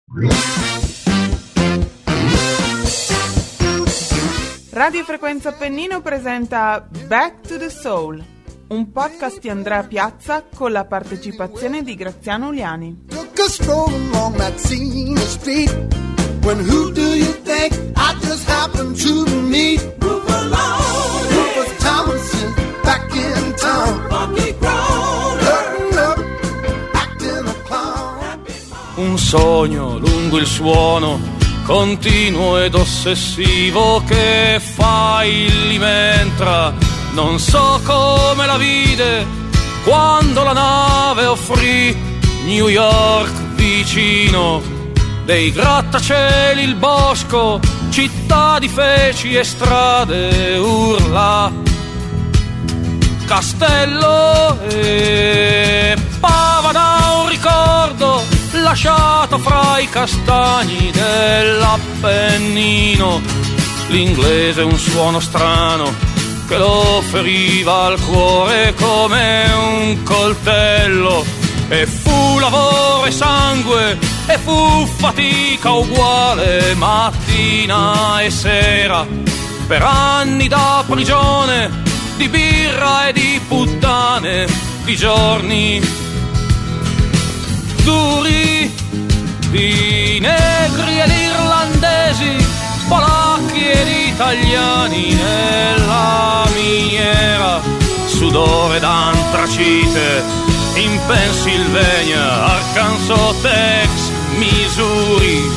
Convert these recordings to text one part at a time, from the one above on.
Radio Frequenza Appennino presenta Back to the Soul, un podcast di Andrea Piazza con la partecipazione di Graziano Uliani. Took a stroll along that scene street when who do you think I just happened to meet? Rufus Thomason back in town. Funky Crown, hurting up, acting a clown. Un sogno lungo il suono continuo ed ossessivo che fai mentre non so come la vide quando la nave offrì New York vicino dei grattacieli, il bosco, città di feci e strade, urla, castello e pava da un ricordo lasciato fra i castagni dell'Appennino. L'inglese un suono strano che lo feriva al cuore come un coltello, e fu lavoro e sangue e fu fatica uguale mattina e sera, per anni da prigione di birra e di puttane, di giorni duri, di negri ed irlandesi, polacchi ed italiani nella miniera, sudore d'antracite in Pennsylvania, Arkansas, Texas, Missouri.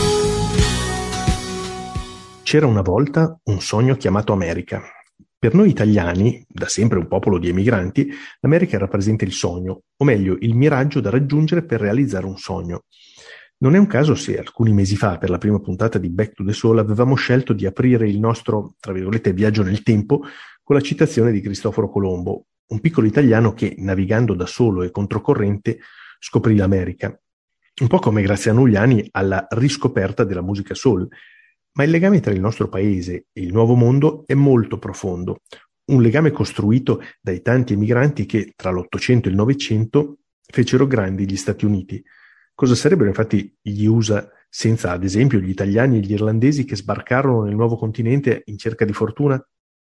C'era una volta un sogno chiamato America. Per noi italiani, da sempre un popolo di emigranti, l'America rappresenta il sogno, o meglio, il miraggio da raggiungere per realizzare un sogno. Non è un caso se alcuni mesi fa, per la prima puntata di Back to the Soul, avevamo scelto di aprire il nostro, tra virgolette, viaggio nel tempo con la citazione di Cristoforo Colombo, un piccolo italiano che, navigando da solo e controcorrente, scoprì l'America. Un po' come Graziano Uliani alla riscoperta della musica soul. Ma il legame tra il nostro paese e il nuovo mondo è molto profondo, un legame costruito dai tanti emigranti che tra l'Ottocento e il Novecento fecero grandi gli Stati Uniti. Cosa sarebbero infatti gli USA senza, ad esempio, gli italiani e gli irlandesi che sbarcarono nel nuovo continente in cerca di fortuna?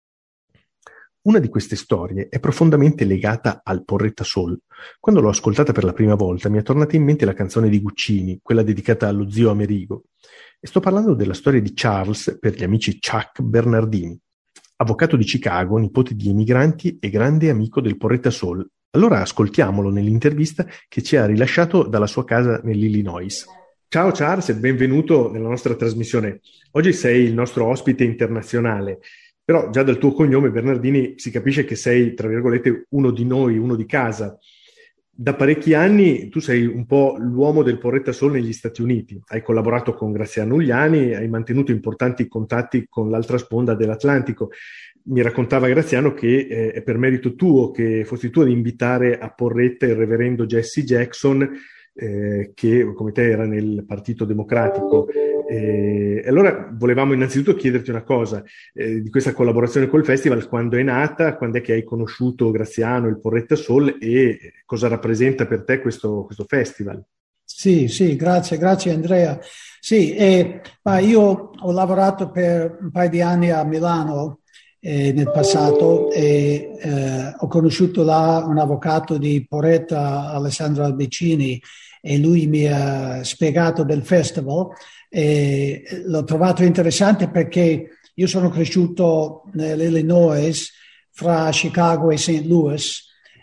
Una di queste storie è profondamente legata al Porretta Soul. Quando l'ho ascoltata per la prima volta mi è tornata in mente la canzone di Guccini, quella dedicata allo zio Amerigo. E sto parlando della storia di Charles, per gli amici Chuck Bernardini, avvocato di Chicago, nipote di emigranti e grande amico del Porretta Soul. Allora ascoltiamolo nell'intervista che ci ha rilasciato dalla sua casa nell'Illinois. Ciao Charles e benvenuto nella nostra trasmissione. Oggi sei il nostro ospite internazionale, però già dal tuo cognome Bernardini si capisce che sei, tra virgolette, uno di noi, uno di casa. Da parecchi anni tu sei un po' l'uomo del Porretta Soul negli Stati Uniti. Hai collaborato con Graziano Uliani, hai mantenuto importanti contatti con l'altra sponda dell'Atlantico. Mi raccontava Graziano che è per merito tuo, che fossi tu ad invitare a Porretta il reverendo Jesse Jackson, che come te era nel Partito Democratico. Allora volevamo innanzitutto chiederti una cosa, di questa collaborazione col festival, quando è nata, quando è che hai conosciuto Graziano, il Porretta Soul, e cosa rappresenta per te questo festival? Sì, grazie Andrea. Sì, ma io ho lavorato per un paio di anni a Milano nel passato e ho conosciuto là un avvocato di Porretta, Alessandro Albicini, e lui mi ha spiegato del festival e l'ho trovato interessante perché io sono cresciuto nell'Illinois fra Chicago e St. Louis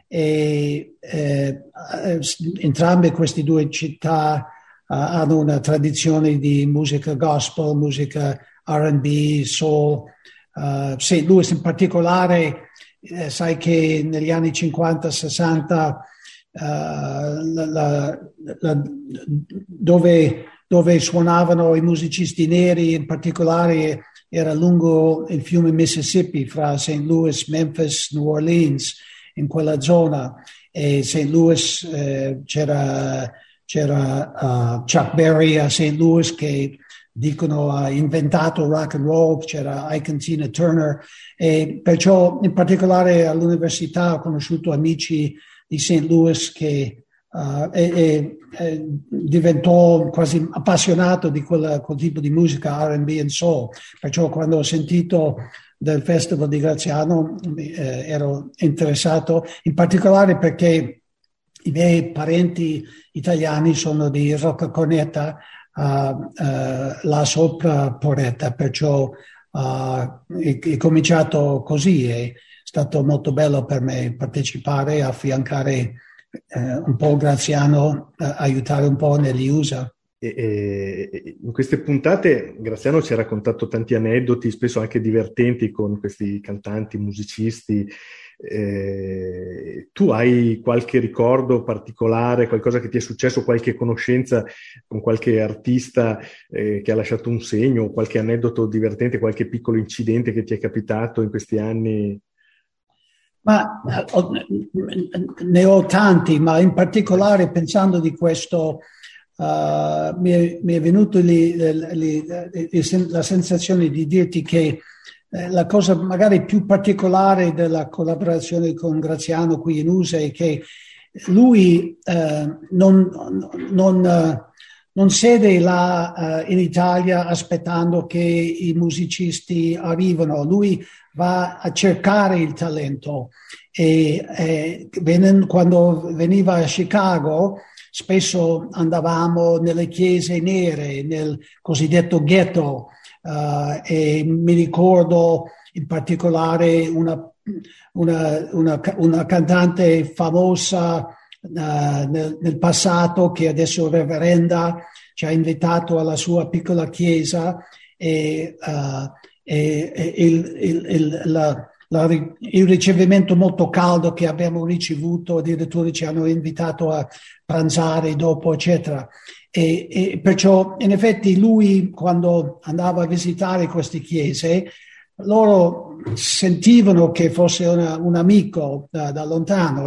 e entrambe queste due città hanno una tradizione di musica gospel, musica R&B, soul. St. Louis in particolare, sai che negli anni 50-60 dove suonavano i musicisti neri in particolare era lungo il fiume Mississippi fra St. Louis, Memphis, New Orleans, in quella zona. E St. Louis c'era Chuck Berry a St. Louis che dicono ha inventato rock and roll, c'era Ike and Tina Turner, e perciò in particolare all'università ho conosciuto amici di St. Louis che e diventò quasi appassionato di quel tipo di musica R&B and soul. Perciò quando ho sentito del Festival di Graziano ero interessato, in particolare perché i miei parenti italiani sono di Roccaconeta, là sopra Poretta, perciò ho cominciato così. È stato molto bello per me partecipare, affiancare un po' Graziano, aiutare un po' negli USA. In queste puntate Graziano ci ha raccontato tanti aneddoti, spesso anche divertenti, con questi cantanti, musicisti. Tu hai qualche ricordo particolare, qualcosa che ti è successo, qualche conoscenza con qualche artista che ha lasciato un segno, qualche aneddoto divertente, qualche piccolo incidente che ti è capitato in questi anni? Ma ne ho tanti, ma in particolare pensando di questo mi è venuto la sensazione di dirti che la cosa magari più particolare della collaborazione con Graziano qui in USA è che lui non siede là in Italia aspettando che i musicisti arrivano, lui va a cercare il talento e quando veniva a Chicago spesso andavamo nelle chiese nere, nel cosiddetto ghetto, e mi ricordo in particolare una cantante famosa nel passato che adesso è reverenda, ci ha invitato alla sua piccola chiesa e il ricevimento molto caldo che abbiamo ricevuto, addirittura ci hanno invitato a pranzare dopo, eccetera. E perciò, in effetti, lui, quando andava a visitare queste chiese, loro sentivano che fosse un amico da lontano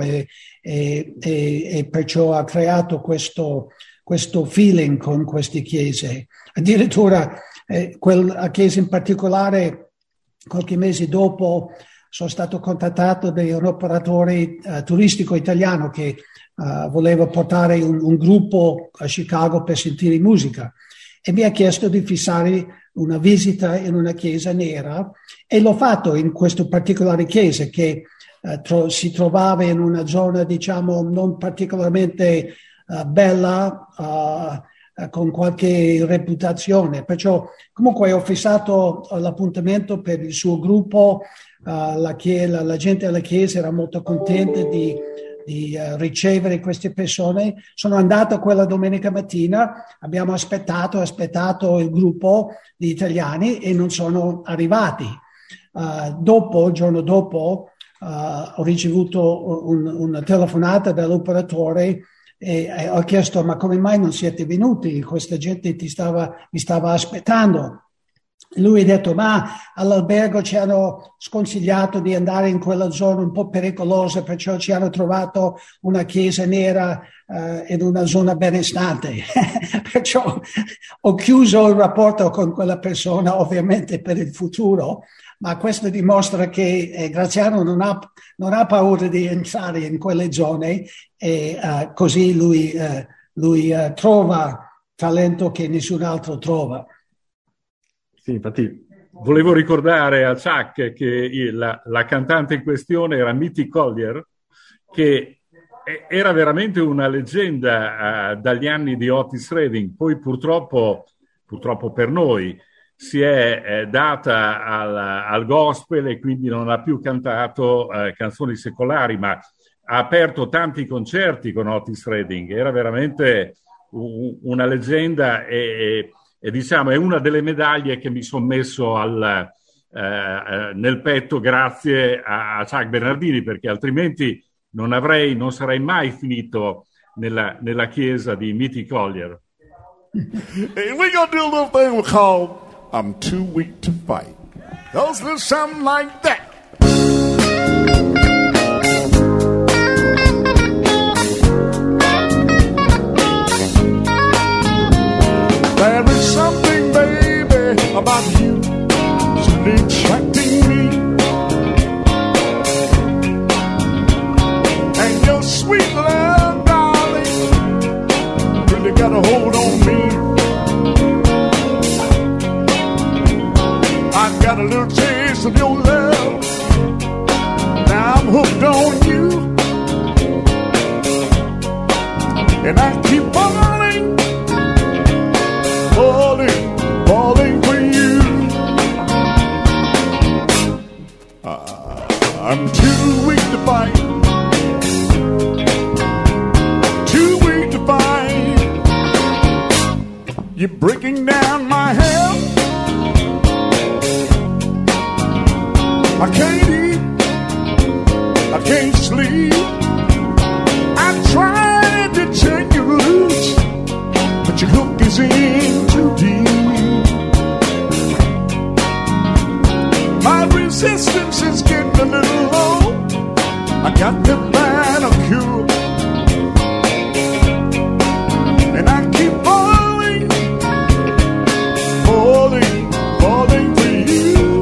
e perciò ha creato questo feeling con queste chiese. Addirittura quella chiesa in particolare, qualche mese dopo, sono stato contattato da un operatore turistico italiano che voleva portare un gruppo a Chicago per sentire musica e mi ha chiesto di fissare una visita in una chiesa nera e l'ho fatto in questa particolare chiesa che si trovava in una zona, diciamo, non particolarmente bella, con qualche reputazione. Perciò comunque ho fissato l'appuntamento per il suo gruppo, la gente alla chiesa era molto contenta di ricevere queste persone. Giorno andato quella domenica mattina, abbiamo aspettato il gruppo di italiani e non sono arrivati. Il giorno dopo, ho ricevuto una telefonata dall'operatore e ho chiesto: ma come mai non siete venuti? Questa gente mi stava aspettando. Lui ha detto: ma all'albergo ci hanno sconsigliato di andare in quella zona un po' pericolosa, perciò ci hanno trovato una chiesa nera in una zona benestante. Perciò ho chiuso il rapporto con quella persona, ovviamente per il futuro, ma questo dimostra che Graziano non ha paura di entrare in quelle zone e così lui trova talento che nessun altro trova. Sì, infatti volevo ricordare a Chuck che la cantante in questione era Mitty Collier, che era veramente una leggenda dagli anni di Otis Redding. Poi purtroppo per noi si è data al gospel e quindi non ha più cantato canzoni secolari, ma ha aperto tanti concerti con Otis Redding. Era veramente una leggenda e diciamo è una delle medaglie che mi sono messo nel petto grazie a Chuck Bernardini, perché altrimenti non sarei mai finito nella chiesa di Mitty Collier. Hey, we're gonna do a little thing we call I'm Too Weak to Fight. Goes a little something like that. There is something, baby, about you that's attracting me. And your sweet love, darling, You're breaking down my health. I can't eat, I can't sleep. I tried to turn you loose, but your hook is in too deep. My resistance is getting a little low. I got to find a cure, and I keep falling, falling, falling for you.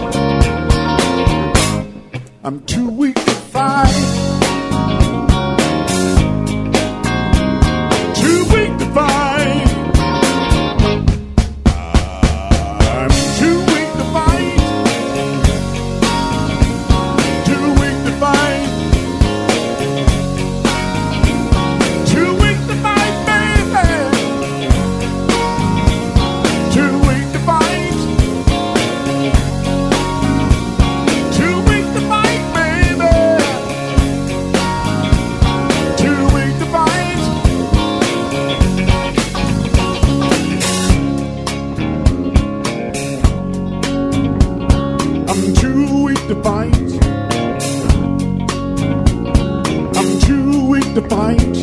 I'm too weak to fight, too weak to fight. I'm too weak to fight, too weak to fight, too weak to fight, baby, too weak to fight, too weak to fight, baby, too weak to fight. I'm too weak to fight. I'm too weak to fight.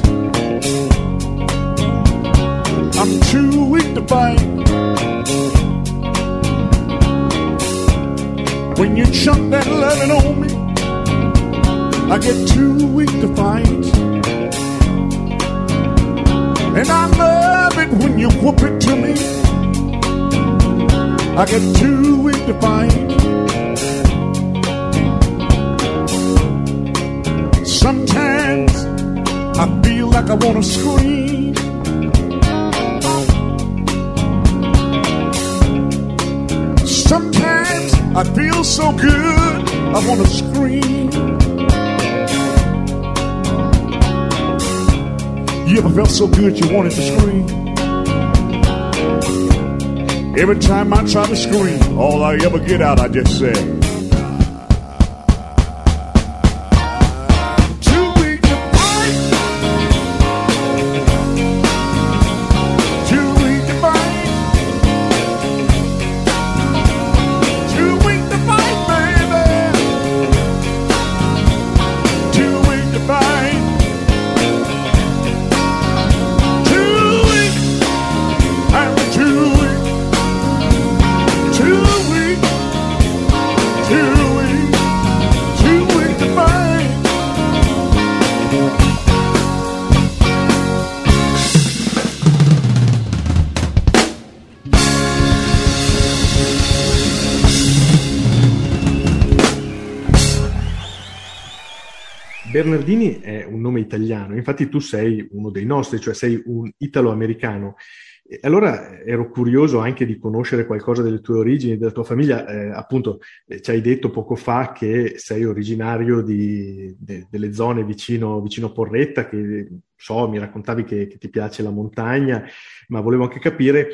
I'm too weak to fight. When you chuck that loving on me, I get too weak to fight. And I love it when you whoop it to me. I get too weak to fight. Sometimes I feel like I wanna scream. Sometimes I feel so good I wanna scream. You ever felt so good you wanted to scream? Every time I try to scream, all I ever get out, I just say, too weak to fight, too weak to fight, too weak to fight, baby, too weak to fight, too weak, I'm too weak, too weak, too weak, too weak to fight. Bernardini è un nome italiano, infatti tu sei uno dei nostri, cioè sei un italo-americano. E allora ero curioso anche di conoscere qualcosa delle tue origini, della tua famiglia. Appunto, ci hai detto poco fa che sei originario delle zone vicino Porretta, che so, mi raccontavi che ti piace la montagna, ma volevo anche capire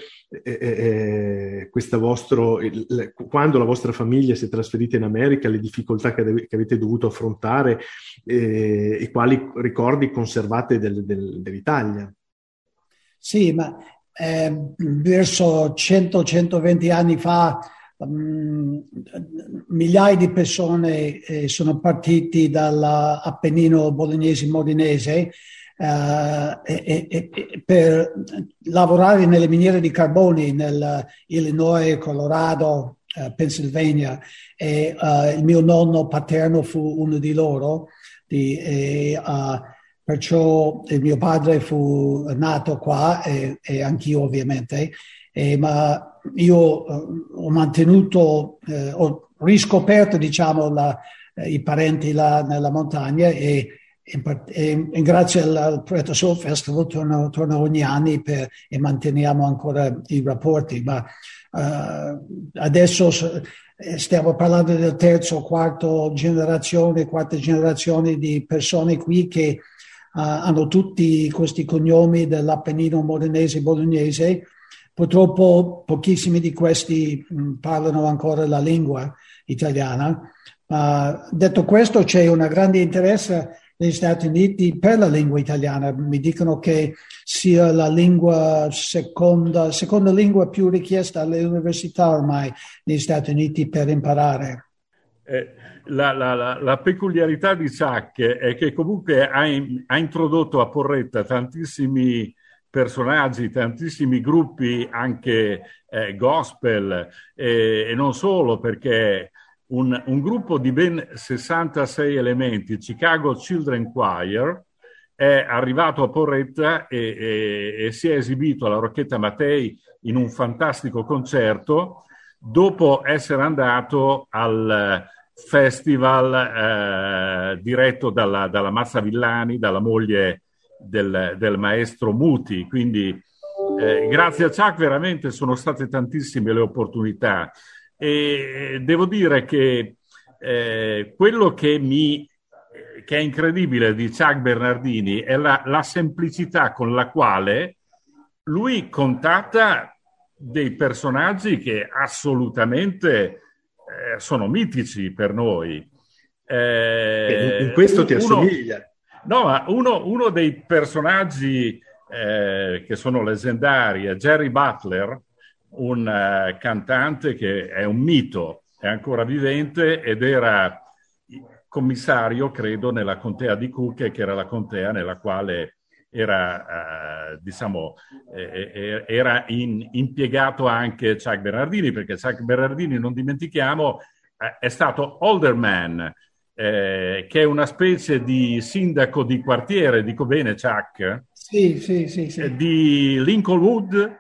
quando la vostra famiglia si è trasferita in America, le difficoltà che avete dovuto affrontare e quali ricordi conservate dell'Italia. Sì, ma verso 100-120 anni fa migliaia di persone sono partiti dall'Appennino bolognese-modenese per lavorare nelle miniere di carboni nell'Illinois, Colorado, Pennsylvania, e il mio nonno paterno fu uno di loro, perciò il mio padre fu nato qua e anch'io ovviamente, ma io ho mantenuto, ho riscoperto diciamo i parenti là nella montagna e grazie al Porretta Soul Festival torno ogni anno e manteniamo ancora i rapporti, ma adesso stiamo parlando del terza generazione di persone qui che hanno tutti questi cognomi dell'Appennino modenese bolognese. Purtroppo pochissimi di questi parlano ancora la lingua italiana. Detto questo, c'è un grande interesse negli Stati Uniti per la lingua italiana. Mi dicono che sia la seconda lingua più richiesta alle università ormai negli Stati Uniti per imparare. La peculiarità di Chuck è che comunque ha introdotto a Porretta tantissimi personaggi, tantissimi gruppi anche gospel e non solo, perché un gruppo di ben 66 elementi, Chicago Children Choir, è arrivato a Porretta e si è esibito alla Rocchetta Mattei in un fantastico concerto dopo essere andato al festival diretto dalla Mazza Villani, dalla moglie del maestro Muti. Quindi grazie a Chuck veramente sono state tantissime le opportunità, e devo dire che quello che è incredibile di Chuck Bernardini è la semplicità con la quale lui contatta dei personaggi che assolutamente sono mitici per noi. In questo ti assomiglia. No, ma uno dei personaggi che sono leggendari è Jerry Butler, un cantante che è un mito, è ancora vivente ed era commissario, credo, nella contea di Cook, che era la contea nella quale era impiegato anche Chuck Bernardini, perché Chuck Bernardini, non dimentichiamo, è stato alderman, che è una specie di sindaco di quartiere, dico bene Chuck? Sì. Di Lincolnwood,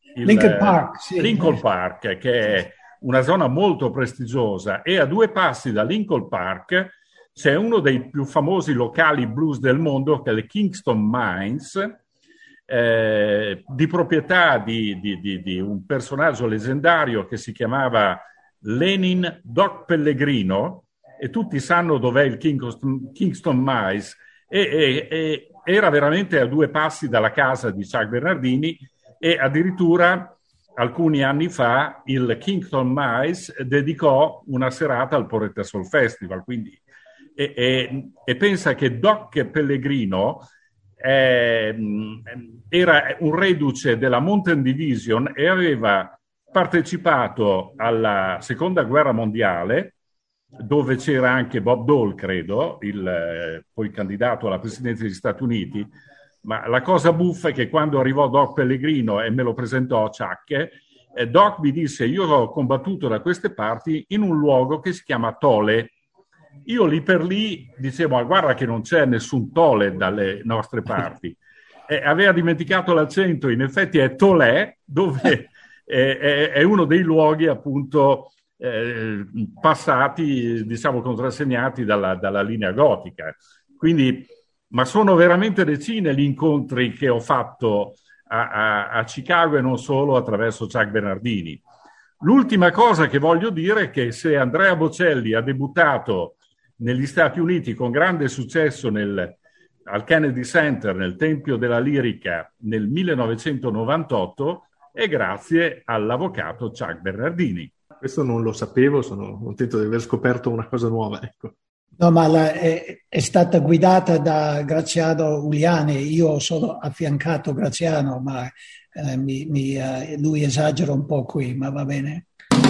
Lincoln Park, che è una zona molto prestigiosa, e a 2 passi da Lincoln Park c'è uno dei più famosi locali blues del mondo, che è le Kingston Mines, di proprietà di un personaggio leggendario che si chiamava Lenin Doc Pellegrino, e tutti sanno dov'è il Kingston Mines, e era veramente a 2 passi dalla casa di Chuck Bernardini, e addirittura alcuni anni fa il Kingston Mines dedicò una serata al Porretta Soul Festival, quindi e pensa che Doc Pellegrino era un reduce della Mountain Division e aveva partecipato alla Seconda Guerra Mondiale, dove c'era anche Bob Dole, credo, poi candidato alla presidenza degli Stati Uniti. Ma la cosa buffa è che quando arrivò Doc Pellegrino e me lo presentò Chuck, Doc mi disse: io ho combattuto da queste parti in un luogo che si chiama Tole. Io lì per lì dicevo: guarda che non c'è nessun Tole dalle nostre parti. Aveva dimenticato l'accento, in effetti è Tolè, dove è uno dei luoghi appunto passati, diciamo, contrassegnati dalla linea gotica. Quindi, ma sono veramente decine gli incontri che ho fatto a Chicago, e non solo, attraverso Chuck Bernardini. L'ultima cosa che voglio dire è che se Andrea Bocelli ha debuttato negli Stati Uniti con grande successo al Kennedy Center, nel Tempio della Lirica, nel 1998, è grazie all'avvocato Chuck Bernardini. Questo non lo sapevo, sono contento di aver scoperto una cosa nuova, ecco. No, ma è stata guidata da Graziano Uliani. Io sono affiancato Graziano, ma lui esagera un po' qui, ma va bene.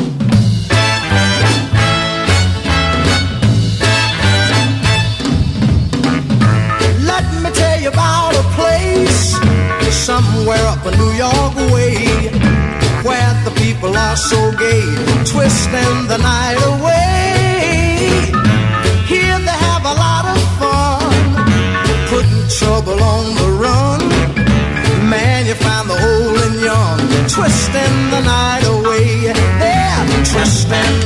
Let me tell you about a place somewhere up in New York way, where the people are so gay, twisting the night away. Here they have a lot of fun, putting trouble on the run. Man, you find the old and young, twisting the night away. They're twisting,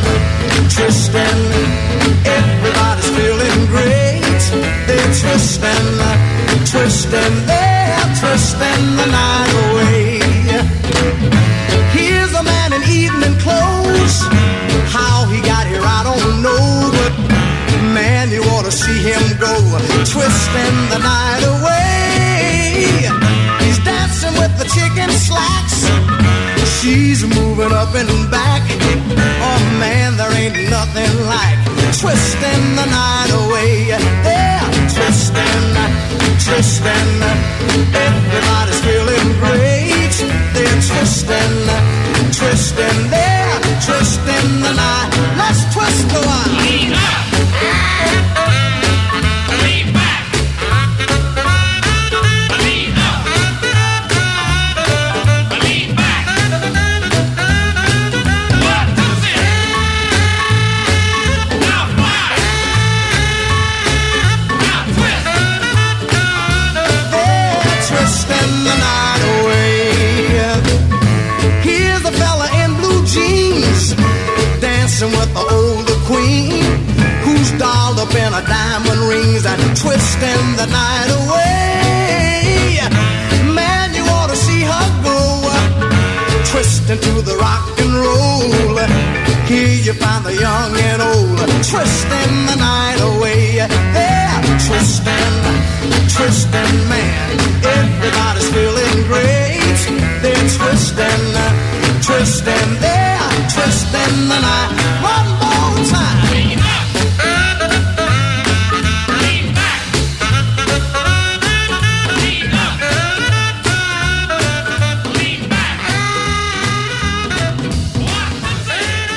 everybody's feeling great. They're twisting, they're twisting the night away. Here's a man in evening clothes, how he got here I don't know, but man, you ought to see him go, twisting the night away. He's dancing with the chicken slacks, she's moving up and back. Oh man, there ain't nothing like twisting the night away. They're twisting, twisting, twisting there, twisting the night. Let's twist the wine. Lean up, lean back, lean up, lean back. What does it? Now fly, now twist. They're twisting the night away. Here's a fella in blue jeans dancing with the older queen, who's dolled up in her diamond rings and twisting the night away. Man, you ought to see her go, twisting to the rock and roll. Here you find the young and old, twisting the night away. They're twisting, twisting, man. Everybody's feeling great. They're twisting, twisting, they're twisting the night. One more time. Lean up, lean back, lean up, lean back. What was it?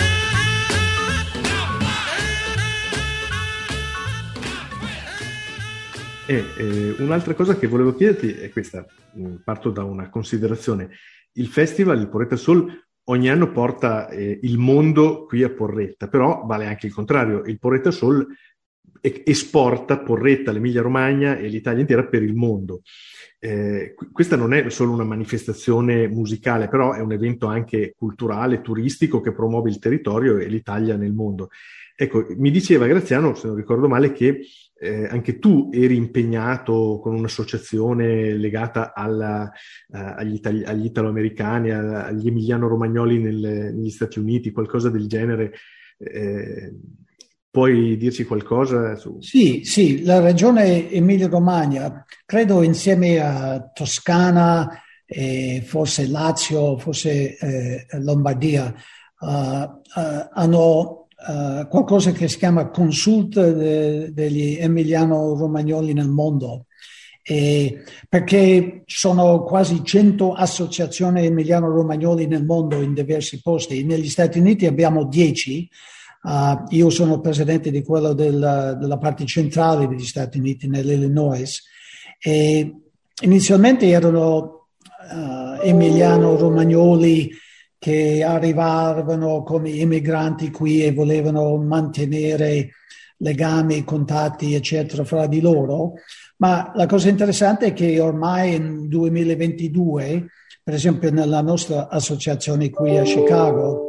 Un'altra cosa che volevo chiederti è questa, parto da una considerazione. Il festival, il Porretta Soul, ogni anno porta il mondo qui a Porretta, però vale anche il contrario. Il Porretta Soul esporta Porretta, l'Emilia Romagna e l'Italia intera per il mondo. Questa non è solo una manifestazione musicale, però è un evento anche culturale, turistico, che promuove il territorio e l'Italia nel mondo. Ecco, mi diceva Graziano, se non ricordo male, che anche tu eri impegnato con un'associazione legata agli italoamericani, agli emiliano-romagnoli negli Stati Uniti, qualcosa del genere. Puoi dirci qualcosa su? Sì, la regione Emilia-Romagna, credo insieme a Toscana, forse Lazio, forse Lombardia, hanno qualcosa che si chiama Consulta degli emiliano-romagnoli nel mondo, perché ci sono quasi 100 associazioni emiliano-romagnoli nel mondo in diversi posti. Negli Stati Uniti abbiamo 10. Io sono presidente di quello della parte centrale degli Stati Uniti, nell'Illinois, e inizialmente erano emiliano-romagnoli che arrivavano come immigranti qui e volevano mantenere legami, contatti, eccetera, fra di loro. Ma la cosa interessante è che ormai nel 2022, per esempio nella nostra associazione qui a Chicago,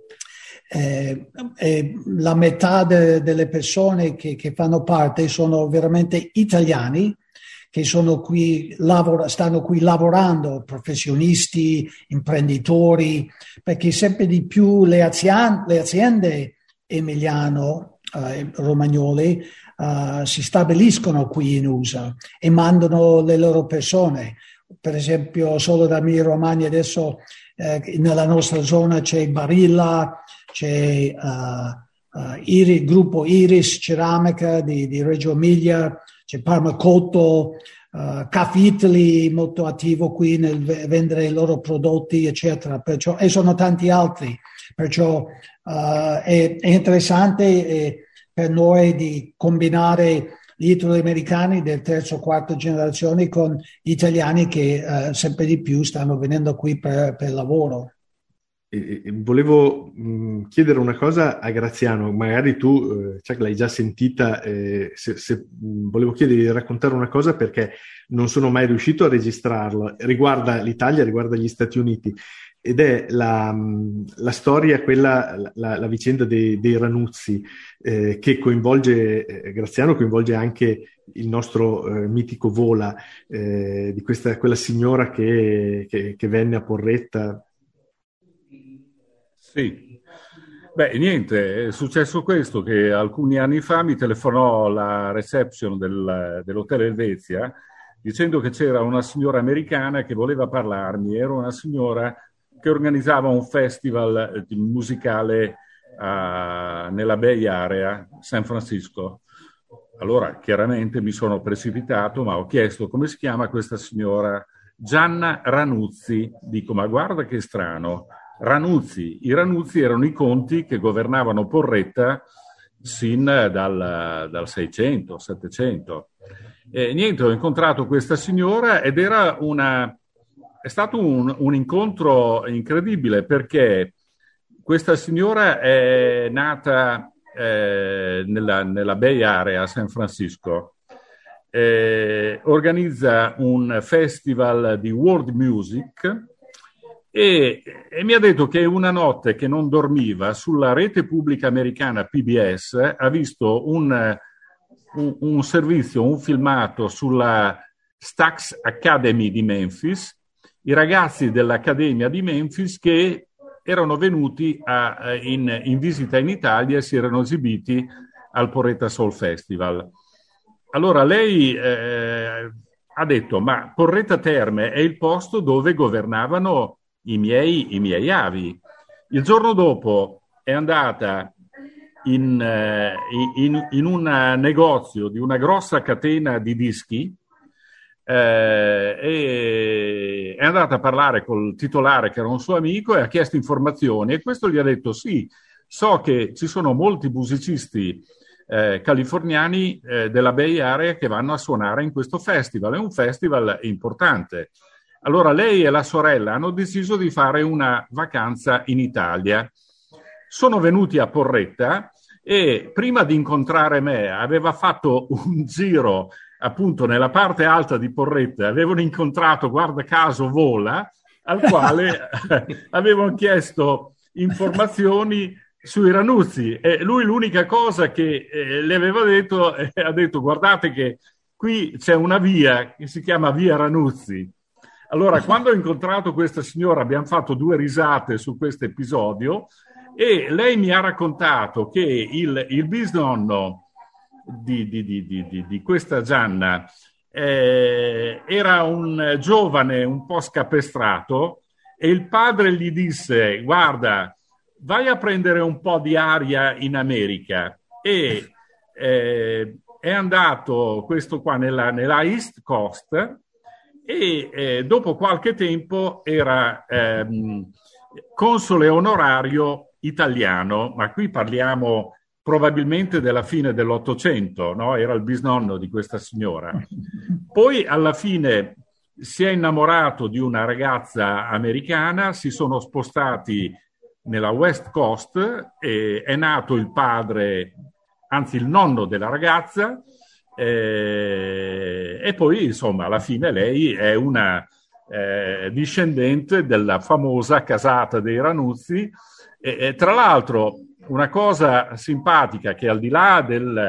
la metà delle persone che fanno parte sono veramente italiani, che sono qui, stanno qui lavorando, professionisti, imprenditori, perché sempre di più le aziende emiliano-romagnoli si stabiliscono qui in USA e mandano le loro persone. Per esempio, solo da Emilia Romagna adesso nella nostra zona c'è Barilla, c'è il gruppo Iris Ceramica di Reggio Emilia, c'è Parmacotto, Caffè Italy molto attivo qui nel vendere i loro prodotti, eccetera. Perciò, e sono tanti altri. Perciò è interessante per noi di combinare gli italoamericani del terzo o quarto generazione con gli italiani che sempre di più stanno venendo qui per lavoro. Volevo chiedere una cosa a Graziano, magari tu l'hai già sentita, volevo chiedergli di raccontare una cosa perché non sono mai riuscito a registrarlo, riguarda l'Italia, riguarda gli Stati Uniti, ed è la storia, la vicenda dei Ranuzzi, che coinvolge Graziano, coinvolge anche il nostro mitico Vola, di quella signora che venne a Porretta. Sì, niente, è successo questo, che alcuni anni fa mi telefonò la reception dell'Hotel Helvetia dicendo che c'era una signora americana che voleva parlarmi. Era una signora che organizzava un festival musicale nella Bay Area, San Francisco. Allora chiaramente mi sono precipitato, ma ho chiesto come si chiama questa signora Gianna Ranuzzi. Dico, ma guarda che strano, Ranuzzi. I Ranuzzi erano i conti che governavano Porretta sin dal 600, 700. Niente, ho incontrato questa signora ed è stato un incontro incredibile, perché questa signora è nata nella Bay Area a San Francisco, organizza un festival di world music e mi ha detto che una notte che non dormiva sulla rete pubblica americana PBS ha visto un servizio, un filmato sulla Stax Academy di Memphis, i ragazzi dell'Accademia di Memphis che erano venuti in visita in Italia e si erano esibiti al Porretta Soul Festival. Allora lei ha detto, ma Porretta Terme è il posto dove governavano i miei avi. Il giorno dopo è andata in un negozio di una grossa catena di dischi e è andata a parlare col titolare, che era un suo amico, e ha chiesto informazioni, e questo gli ha detto: sì, so che ci sono molti musicisti californiani della Bay Area che vanno a suonare in questo festival, è un festival importante. Allora lei e la sorella hanno deciso di fare una vacanza in Italia, sono venuti a Porretta e prima di incontrare me aveva fatto un giro appunto nella parte alta di Porretta, avevano incontrato, guarda caso, Vola, al quale avevano chiesto informazioni sui Ranuzzi, e lui l'unica cosa che le aveva detto, ha detto: guardate che qui c'è una via che si chiama Via Ranuzzi. Allora, quando ho incontrato questa signora abbiamo fatto 2 risate su questo episodio e lei mi ha raccontato che il bisnonno di questa Gianna era un giovane un po' scapestrato, e il padre gli disse: guarda, vai a prendere un po' di aria in America, e è andato questo qua nella East Coast e dopo qualche tempo era console onorario italiano, ma qui parliamo probabilmente della fine dell'Ottocento, no? Era il bisnonno di questa signora. Poi alla fine si è innamorato di una ragazza americana, si sono spostati nella West Coast e è nato il padre, anzi il nonno della ragazza, e poi insomma alla fine lei è una discendente della famosa casata dei Ranuzzi, e tra l'altro una cosa simpatica, che al di là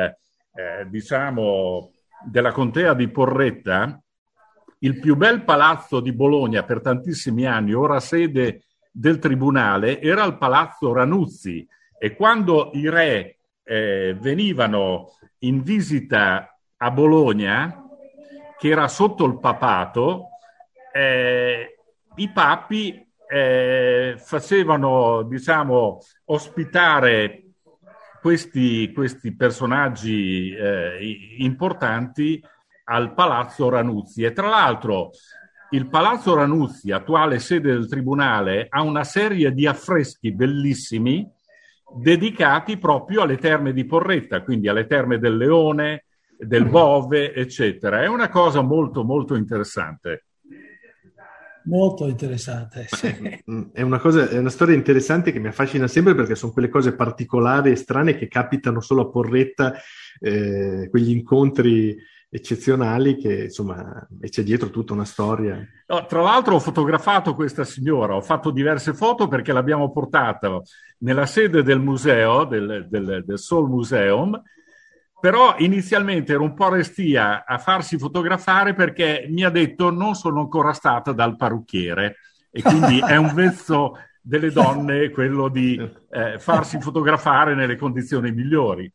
diciamo della contea di Porretta, il più bel palazzo di Bologna per tantissimi anni, ora sede del tribunale, era il palazzo Ranuzzi, e quando i re venivano in visita a Bologna, che era sotto il papato, i papi facevano, diciamo, ospitare questi personaggi importanti al Palazzo Ranuzzi. E tra l'altro il Palazzo Ranuzzi, attuale sede del tribunale, ha una serie di affreschi bellissimi dedicati proprio alle terme di Porretta, quindi alle terme del Leone, del Bove, eccetera. È una cosa molto molto interessante. Molto interessante. È una storia interessante che mi affascina sempre, perché sono quelle cose particolari e strane che capitano solo a Porretta, quegli incontri eccezionali che insomma, e c'è dietro tutta una storia. No, tra l'altro ho fotografato questa signora, ho fatto diverse foto perché l'abbiamo portata nella sede del museo, del Soul Museum, però inizialmente ero un po' restia a farsi fotografare perché mi ha detto: non sono ancora stata dal parrucchiere, e quindi è un vezzo delle donne quello di farsi fotografare nelle condizioni migliori.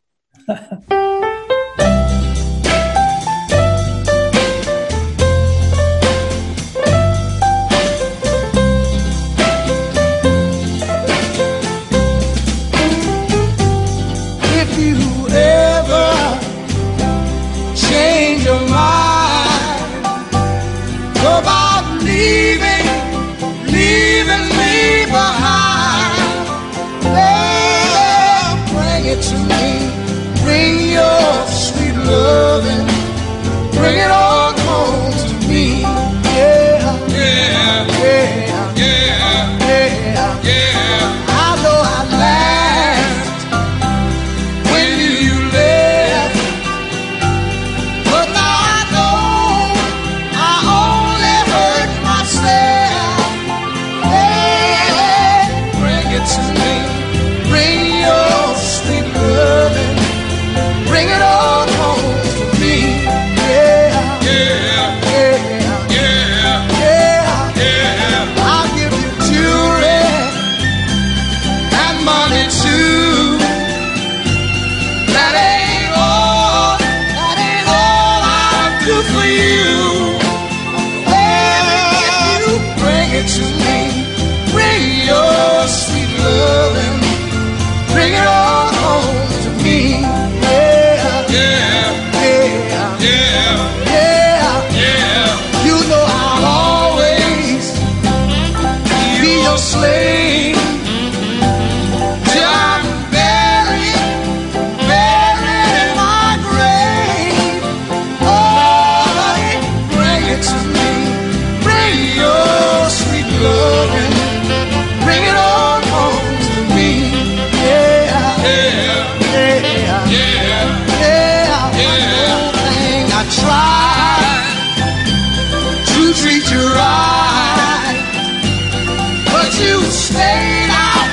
flame till I'm buried, buried in my grave. Oh, bring it to me, bring your sweet loving, bring it on home to me. Yeah, yeah, yeah, yeah, yeah, yeah. One thing I tried to treat you right, but you stayed out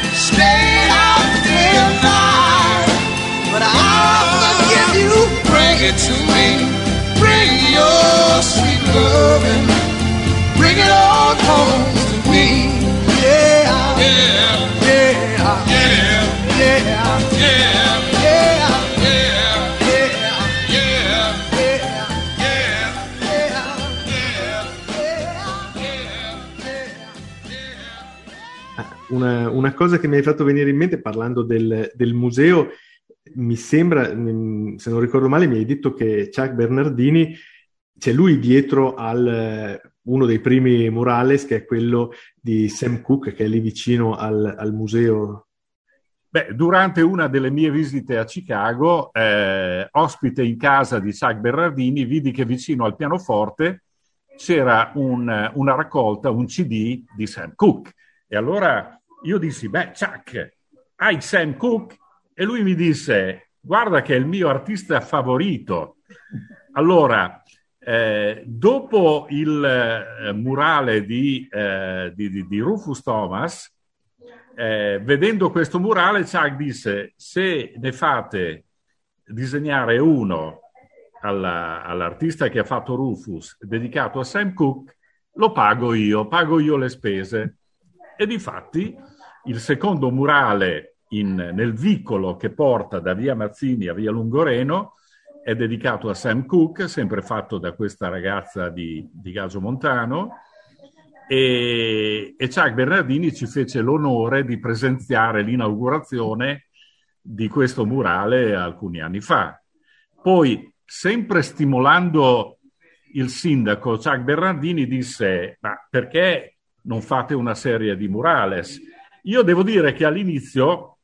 day and night. But I'll forgive you, bring it to me, bring your sweet loving, bring it on home to me. Yeah, yeah, yeah, yeah, yeah, yeah, Una cosa che mi hai fatto venire in mente parlando del museo, mi sembra, se non ricordo male, mi hai detto che Chuck Bernardini, c'è lui dietro uno dei primi murales, che è quello di Sam Cooke, che è lì vicino al museo. Beh, durante una delle mie visite a Chicago, ospite in casa di Chuck Bernardini, vidi che vicino al pianoforte c'era una raccolta, un CD di Sam Cooke. E allora io dissi, beh, Chuck, hai Sam Cooke? E lui mi disse, guarda che è il mio artista favorito. Allora, dopo il murale di Rufus Thomas, vedendo questo murale, Chuck disse, se ne fate disegnare uno all'artista che ha fatto Rufus, dedicato a Sam Cooke, lo pago io le spese. E difatti il secondo murale nel vicolo che porta da via Mazzini a via Lungoreno è dedicato a Sam Cooke, sempre fatto da questa ragazza di Gaggio Montano, e Chuck Bernardini ci fece l'onore di presenziare l'inaugurazione di questo murale alcuni anni fa. Poi, sempre stimolando il sindaco, Chuck Bernardini disse, ma perché non fate una serie di murales? Io devo dire che all'inizio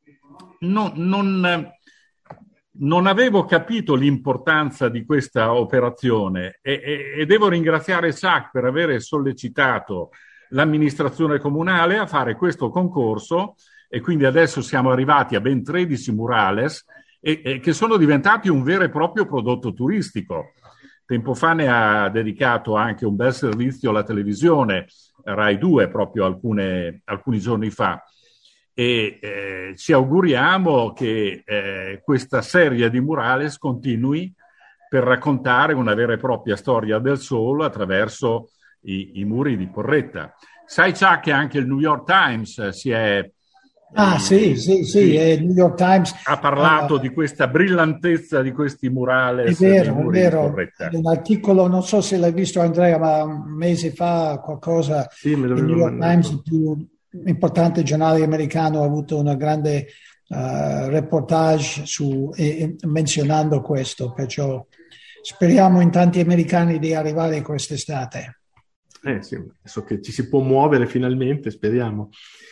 non avevo capito l'importanza di questa operazione e devo ringraziare Chuck per aver sollecitato l'amministrazione comunale a fare questo concorso, e quindi adesso siamo arrivati a ben 13 murales e che sono diventati un vero e proprio prodotto turistico. Tempo fa ne ha dedicato anche un bel servizio alla televisione, Rai 2, proprio alcuni giorni fa. E ci auguriamo che questa serie di murales continui per raccontare una vera e propria storia del Soul attraverso i muri di Porretta. Sai, Chuck, che anche il New York Times si è... Sì, il New York Times ha parlato di questa brillantezza di questi murales. È vero. Un articolo, non so se l'hai visto, Andrea, ma un mese fa qualcosa, il New York Times, il più importante giornale americano, ha avuto una grande reportage menzionando questo, perciò speriamo in tanti americani di arrivare quest'estate. Sì, adesso che ci si può muovere finalmente, speriamo.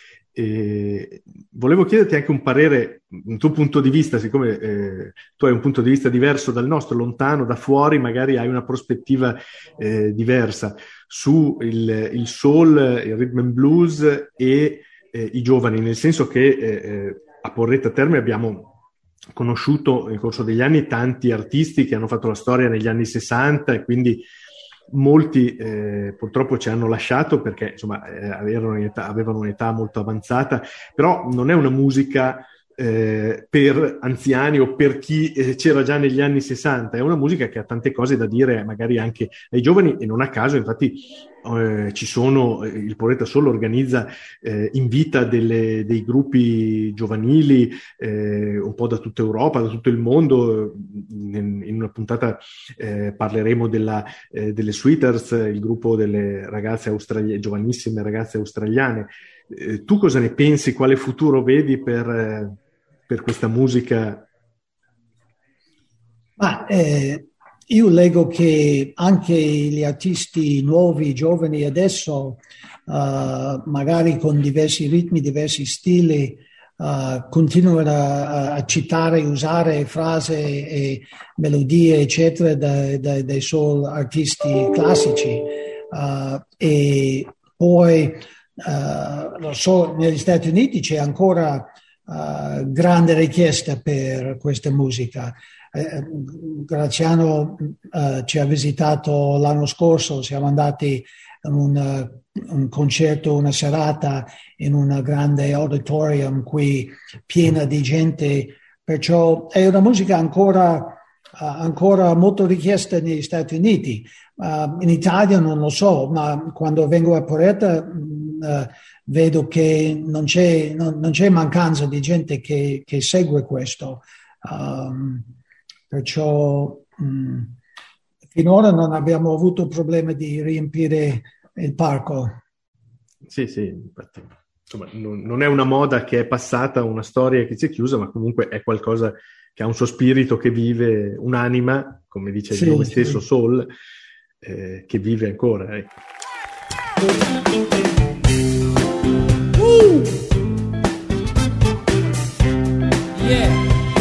Volevo chiederti anche un parere, un tuo punto di vista, siccome tu hai un punto di vista diverso dal nostro, lontano da fuori, magari hai una prospettiva diversa su il soul, il rhythm and blues e i giovani, nel senso che a Porretta Terme abbiamo conosciuto nel corso degli anni tanti artisti che hanno fatto la storia negli anni 60 e quindi molti purtroppo ci hanno lasciato perché insomma avevano un'età molto avanzata, però non è una musica per anziani o per chi c'era già negli anni 60, è una musica che ha tante cose da dire magari anche ai giovani, e non a caso infatti ci sono, il Porretta Soul organizza invita dei gruppi giovanili un po' da tutta Europa, da tutto il mondo. In una puntata parleremo delle Sweeters, il gruppo delle ragazze giovanissime ragazze australiane. Tu cosa ne pensi? Quale futuro vedi per questa musica? Io leggo che anche gli artisti nuovi, giovani adesso magari con diversi ritmi, diversi stili, continuano a citare, usare frasi e melodie, eccetera, dei soul artisti classici. E poi, lo so, negli Stati Uniti c'è ancora grande richiesta per questa musica. Graziano ci ha visitato l'anno scorso, siamo andati a un concerto, una serata in un grande auditorium qui piena di gente, perciò è una musica ancora molto richiesta negli Stati Uniti. In Italia non lo so, ma quando vengo a Porretta vedo che non c'è mancanza di gente che segue questo. Perciò finora non abbiamo avuto problemi di riempire il parco. Sì, infatti. Insomma, non è una moda che è passata, una storia che si è chiusa, ma comunque è qualcosa che ha un suo spirito, che vive, un'anima, come dice il nome stesso, Soul, che vive ancora. Ecco. Yeah.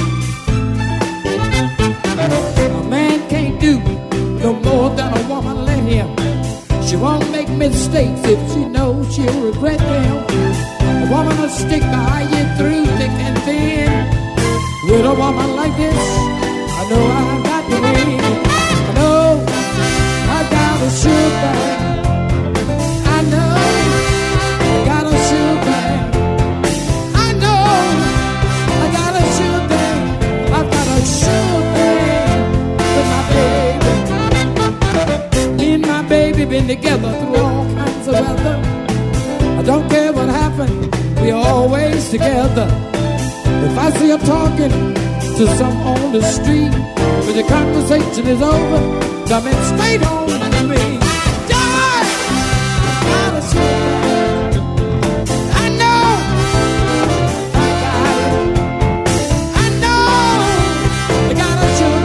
A man can't do no more than a woman let him. She won't make mistakes if she knows she'll regret them. A woman will stick by you through thick and thin. With a woman like this, I know I've got to win. I know I got a sure thing. I know I got a sure thing. I know I got a sure thing. I've got a sure thing with my baby. Me and my baby been together through all kinds of weather. I don't care what happened, we're always together. If I see her talking to some on the street, when the conversation is over, coming straight home to me. Die! Got a sure thing. I know I got it. I know I got a sure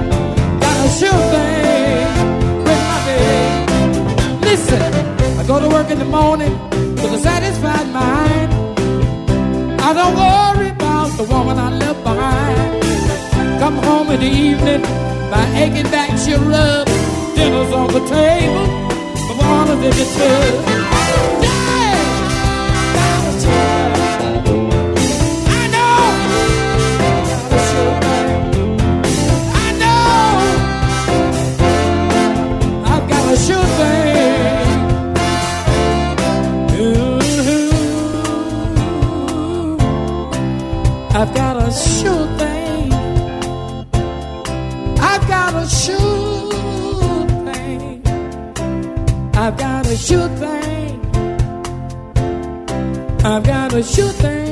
thing with my baby. Listen, I go to work in the morning with a satisfied mind. I don't worry about the woman I left behind. Come home in the evening, my aching back she'll rub. Dinner's on the table, the water's in the tub. Yeah! Got a sure thing. I know got a sure thing. I know I've got a sure thing. I've got a sure thing. I've got a sure thing. I've got a sure thing. I've got a sure thing.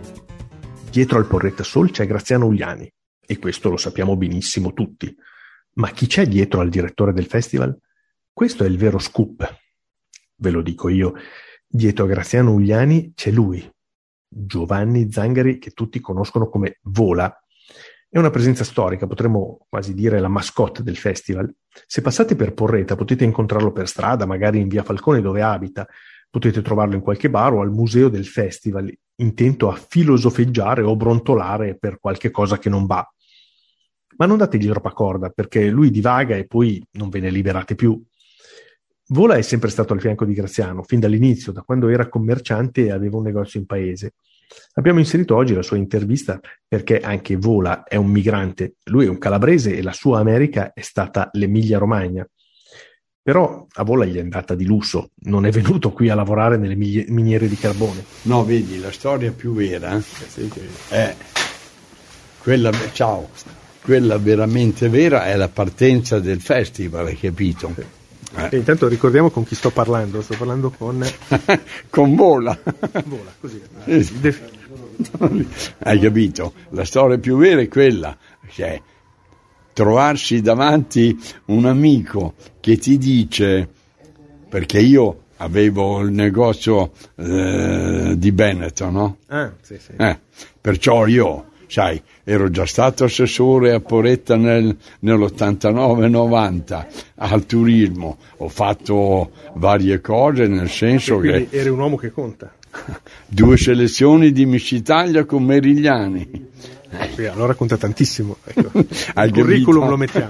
Dietro al Porretta Soul c'è Graziano Ugliani, e questo lo sappiamo benissimo tutti. Ma chi c'è dietro al direttore del festival? Questo è il vero scoop. Ve lo dico io. Dietro a Graziano Ugliani c'è lui, Giovanni Zangari, che tutti conoscono come Vola. È una presenza storica, potremmo quasi dire la mascotte del festival. Se passate per Porreta potete incontrarlo per strada, magari in via Falcone dove abita, potete trovarlo in qualche bar o al museo del festival, intento a filosofeggiare o brontolare per qualche cosa che non va. Ma non dategli troppa corda, perché lui divaga e poi non ve ne liberate più. Vola è sempre stato al fianco di Graziano, fin dall'inizio, da quando era commerciante e aveva un negozio in paese. Abbiamo inserito oggi la sua intervista perché anche Vola è un migrante, lui è un calabrese e la sua America è stata l'Emilia Romagna. Però a Vola gli è andata di lusso, non è venuto qui a lavorare nelle miniere di carbone. No, vedi, la storia più vera è quella, quella veramente vera è la partenza del festival, hai capito? Sì. E intanto ricordiamo con chi sto parlando con... con Vola. Vola, così. Hai capito? La storia più vera è quella, cioè trovarsi davanti un amico che ti dice, perché io avevo il negozio di Benetton, no? Sì, sì. Perciò io, sai, ero già stato assessore a Porretta nell'89-90 al turismo, ho fatto varie cose, nel senso che eri un uomo che conta. 2 selezioni di Miss Italia con Merigliani. Sì, allora conta tantissimo, ecco. Il curriculum lo mettiamo.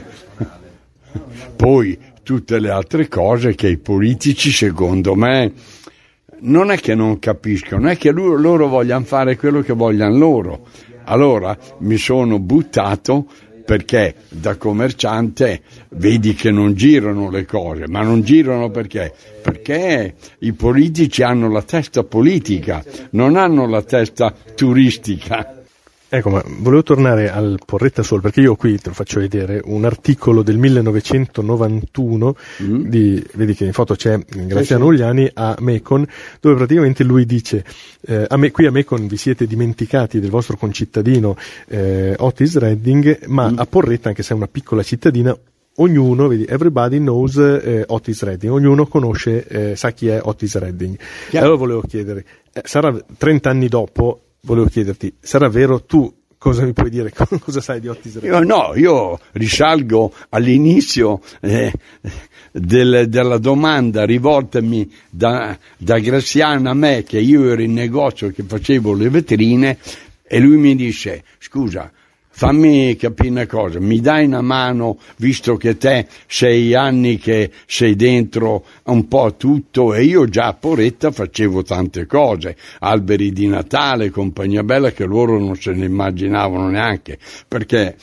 Poi tutte le altre cose che i politici, secondo me, non è che non capiscono, non è che loro vogliano fare quello che vogliano loro. Allora mi sono buttato, perché da commerciante vedi che non girano le cose, ma non girano perché? Perché i politici hanno la testa politica, non hanno la testa turistica. Ecco, ma volevo tornare al Porretta Soul, perché io qui te lo faccio vedere, un articolo del 1991, vedi che in foto c'è Graziano Ugliani a Mekon, dove praticamente lui dice, qui a Mekon vi siete dimenticati del vostro concittadino Otis Redding, ma a Porretta, anche se è una piccola cittadina, ognuno, vedi, everybody knows Otis Redding, ognuno conosce, sa chi è Otis Redding. E allora volevo chiedere, sarà 30 anni dopo, volevo chiederti, sarà vero, tu cosa mi puoi dire, cosa sai di Otis Redding? Io risalgo all'inizio della domanda rivoltami da Graziano a me, che io ero in negozio che facevo le vetrine, e lui mi dice, scusa, fammi capire una cosa, mi dai una mano, visto che te 6 anni che sei dentro un po' a tutto, e io già a Porretta facevo tante cose, alberi di Natale, compagnia bella, che loro non se ne immaginavano neanche, perché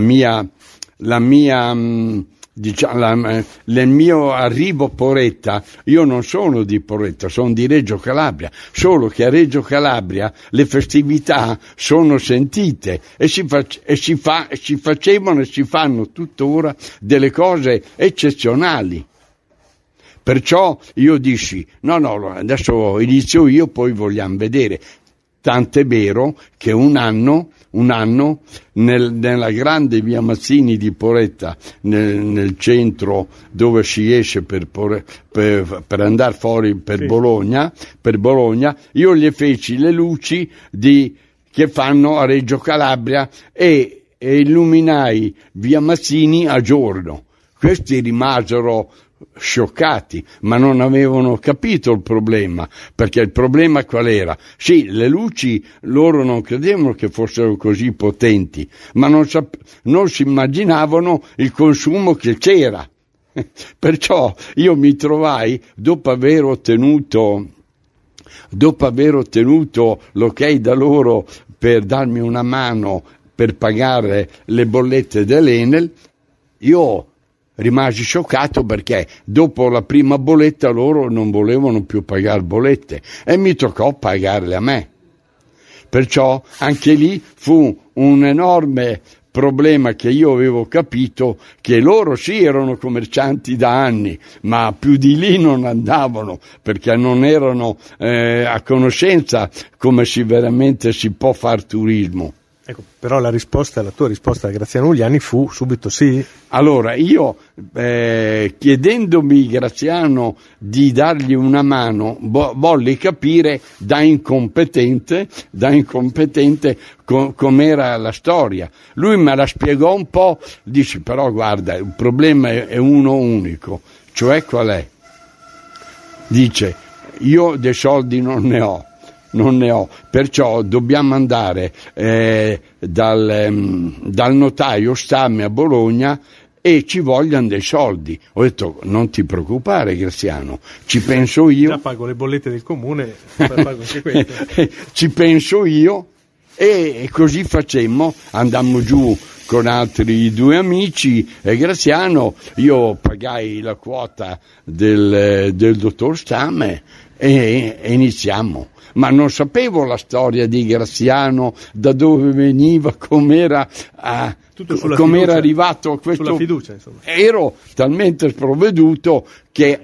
nel mio arrivo a Porretta, io non sono di Porretta, sono di Reggio Calabria, solo che a Reggio Calabria le festività sono sentite e si facevano e si fanno tuttora delle cose eccezionali. Perciò io dissi, no, adesso inizio io, poi vogliamo vedere. Tant'è vero che un anno nella grande via Mazzini di Porretta, nel centro dove si esce per andare fuori per Bologna, io gli feci le luci che fanno a Reggio Calabria e illuminai via Mazzini a giorno. Questi rimasero scioccati, ma non avevano capito il problema, perché il problema qual era? Sì, le luci loro non credevano che fossero così potenti, ma non si immaginavano il consumo che c'era. Perciò io mi trovai, dopo aver ottenuto l'ok da loro per darmi una mano per pagare le bollette dell'Enel, io rimasi scioccato, perché dopo la prima bolletta loro non volevano più pagare bollette e mi toccò pagarle a me. Perciò anche lì fu un enorme problema, che io avevo capito che loro sì erano commercianti da anni, ma più di lì non andavano, perché non erano a conoscenza come veramente si può far turismo. Ecco, però la tua risposta a Graziano Uliani fu subito sì. Allora, io chiedendomi Graziano di dargli una mano, volli capire da incompetente com'era la storia. Lui me la spiegò un po', dice però guarda, il problema è uno unico, cioè qual è? Dice, io dei soldi non ne ho, perciò dobbiamo andare dal notaio Stamme a Bologna e ci vogliono dei soldi. Ho detto, non ti preoccupare Graziano, ci penso io. Già pago le bollette del comune, pago anche queste. Ci penso io, e così facemmo, andammo giù con altri 2 amici e Graziano, io pagai la quota del dottor Stamme e iniziamo. Ma non sapevo la storia di Graziano, da dove veniva, com'era arrivato a questo. Sulla fiducia, insomma. Ero talmente sprovveduto che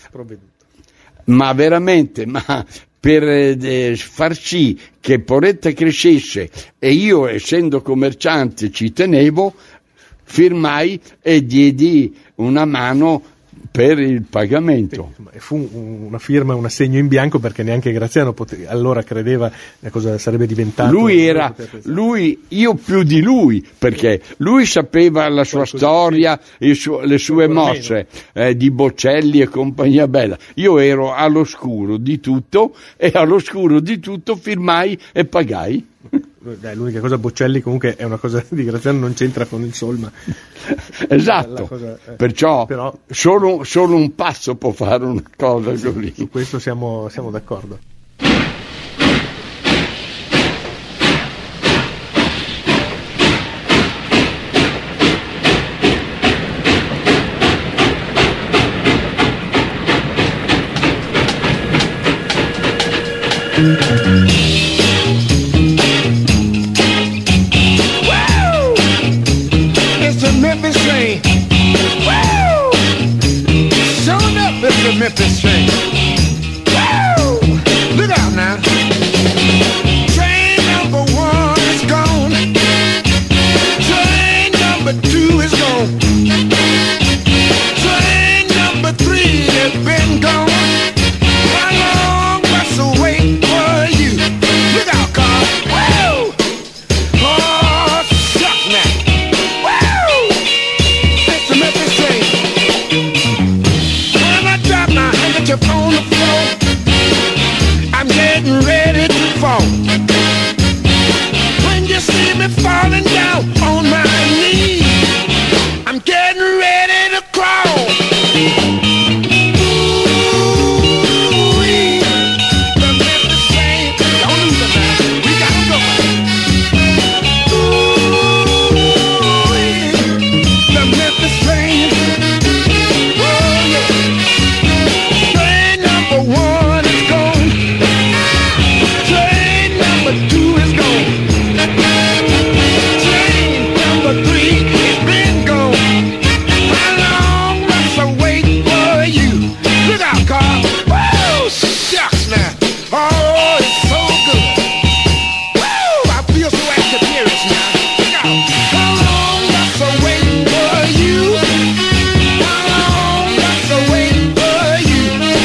ma veramente, per far sì che Porretta crescesse, e io essendo commerciante ci tenevo, firmai e diedi una mano per il pagamento. Fu una firma, un assegno in bianco, perché neanche Graziano allora credeva a cosa sarebbe diventato. Io più di lui, perché lui sapeva la sua storia, le sue mosse di Bocelli e compagnia bella. Io ero all'oscuro di tutto e all'oscuro di tutto firmai e pagai. L'unica cosa, Bocelli comunque è una cosa di Graziano, non c'entra con il Sol, ma esatto, però solo un passo può fare una cosa così. Su questo siamo d'accordo. Memphis train. Woo! Look out now. Train number 1 is gone. Train number 2 is gone. Train number 3 has been gone. How long must I wait for you? Look out, car. Woo! Oh, shucks now. Woo! It's the Memphis train. On the floor, I'm getting ready to fall. When you see me falling down on my knees, I'm getting ready to crawl. Ooh-wee, the Memphis train, don't lose it now, we got to go. Ooh-wee, the Memphis train. One is gone. Train number 2 is gone. Train number 3 has been gone. How long must I wait for you? Look out, car. Woo! Shucks now. Oh, it's so good. Woo! I feel so active now. Look out. How long must I wait for you? How long must I wait for you?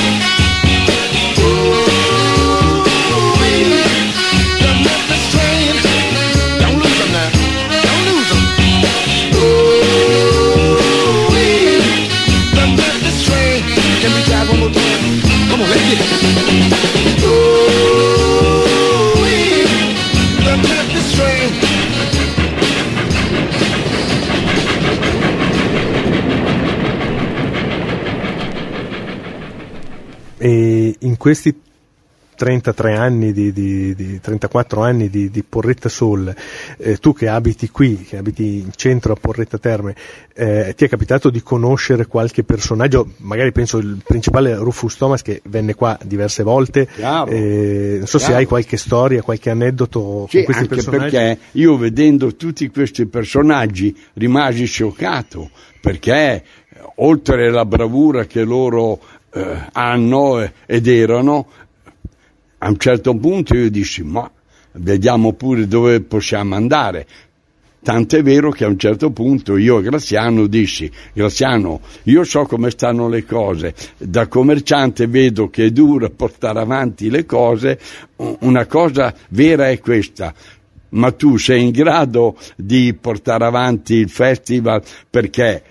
E in questi 33 anni 34 anni di Porretta Soul, tu che abiti qui, che abiti in centro a Porretta Terme, ti è capitato di conoscere qualche personaggio? Magari penso il principale Rufus Thomas, che venne qua diverse volte. Non so se hai qualche storia, qualche aneddoto con questi personaggi. Perché io, vedendo tutti questi personaggi, rimasi scioccato, perché oltre alla bravura che loro hanno ed erano, a un certo punto io dissi, ma vediamo pure dove possiamo andare. Tant'è vero che a un certo punto io a Graziano dissi: Graziano, io so come stanno le cose, da commerciante vedo che è duro portare avanti le cose, una cosa vera è questa: ma tu sei in grado di portare avanti il festival, perché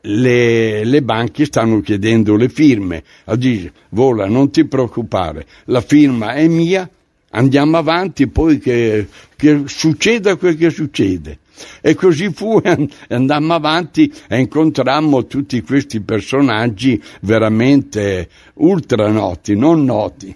le banche stanno chiedendo le firme. Dice: Vola, non ti preoccupare, la firma è mia, andiamo avanti, poi che succeda quel che succede. E così fu, andammo avanti e incontrammo tutti questi personaggi veramente ultra noti, non noti.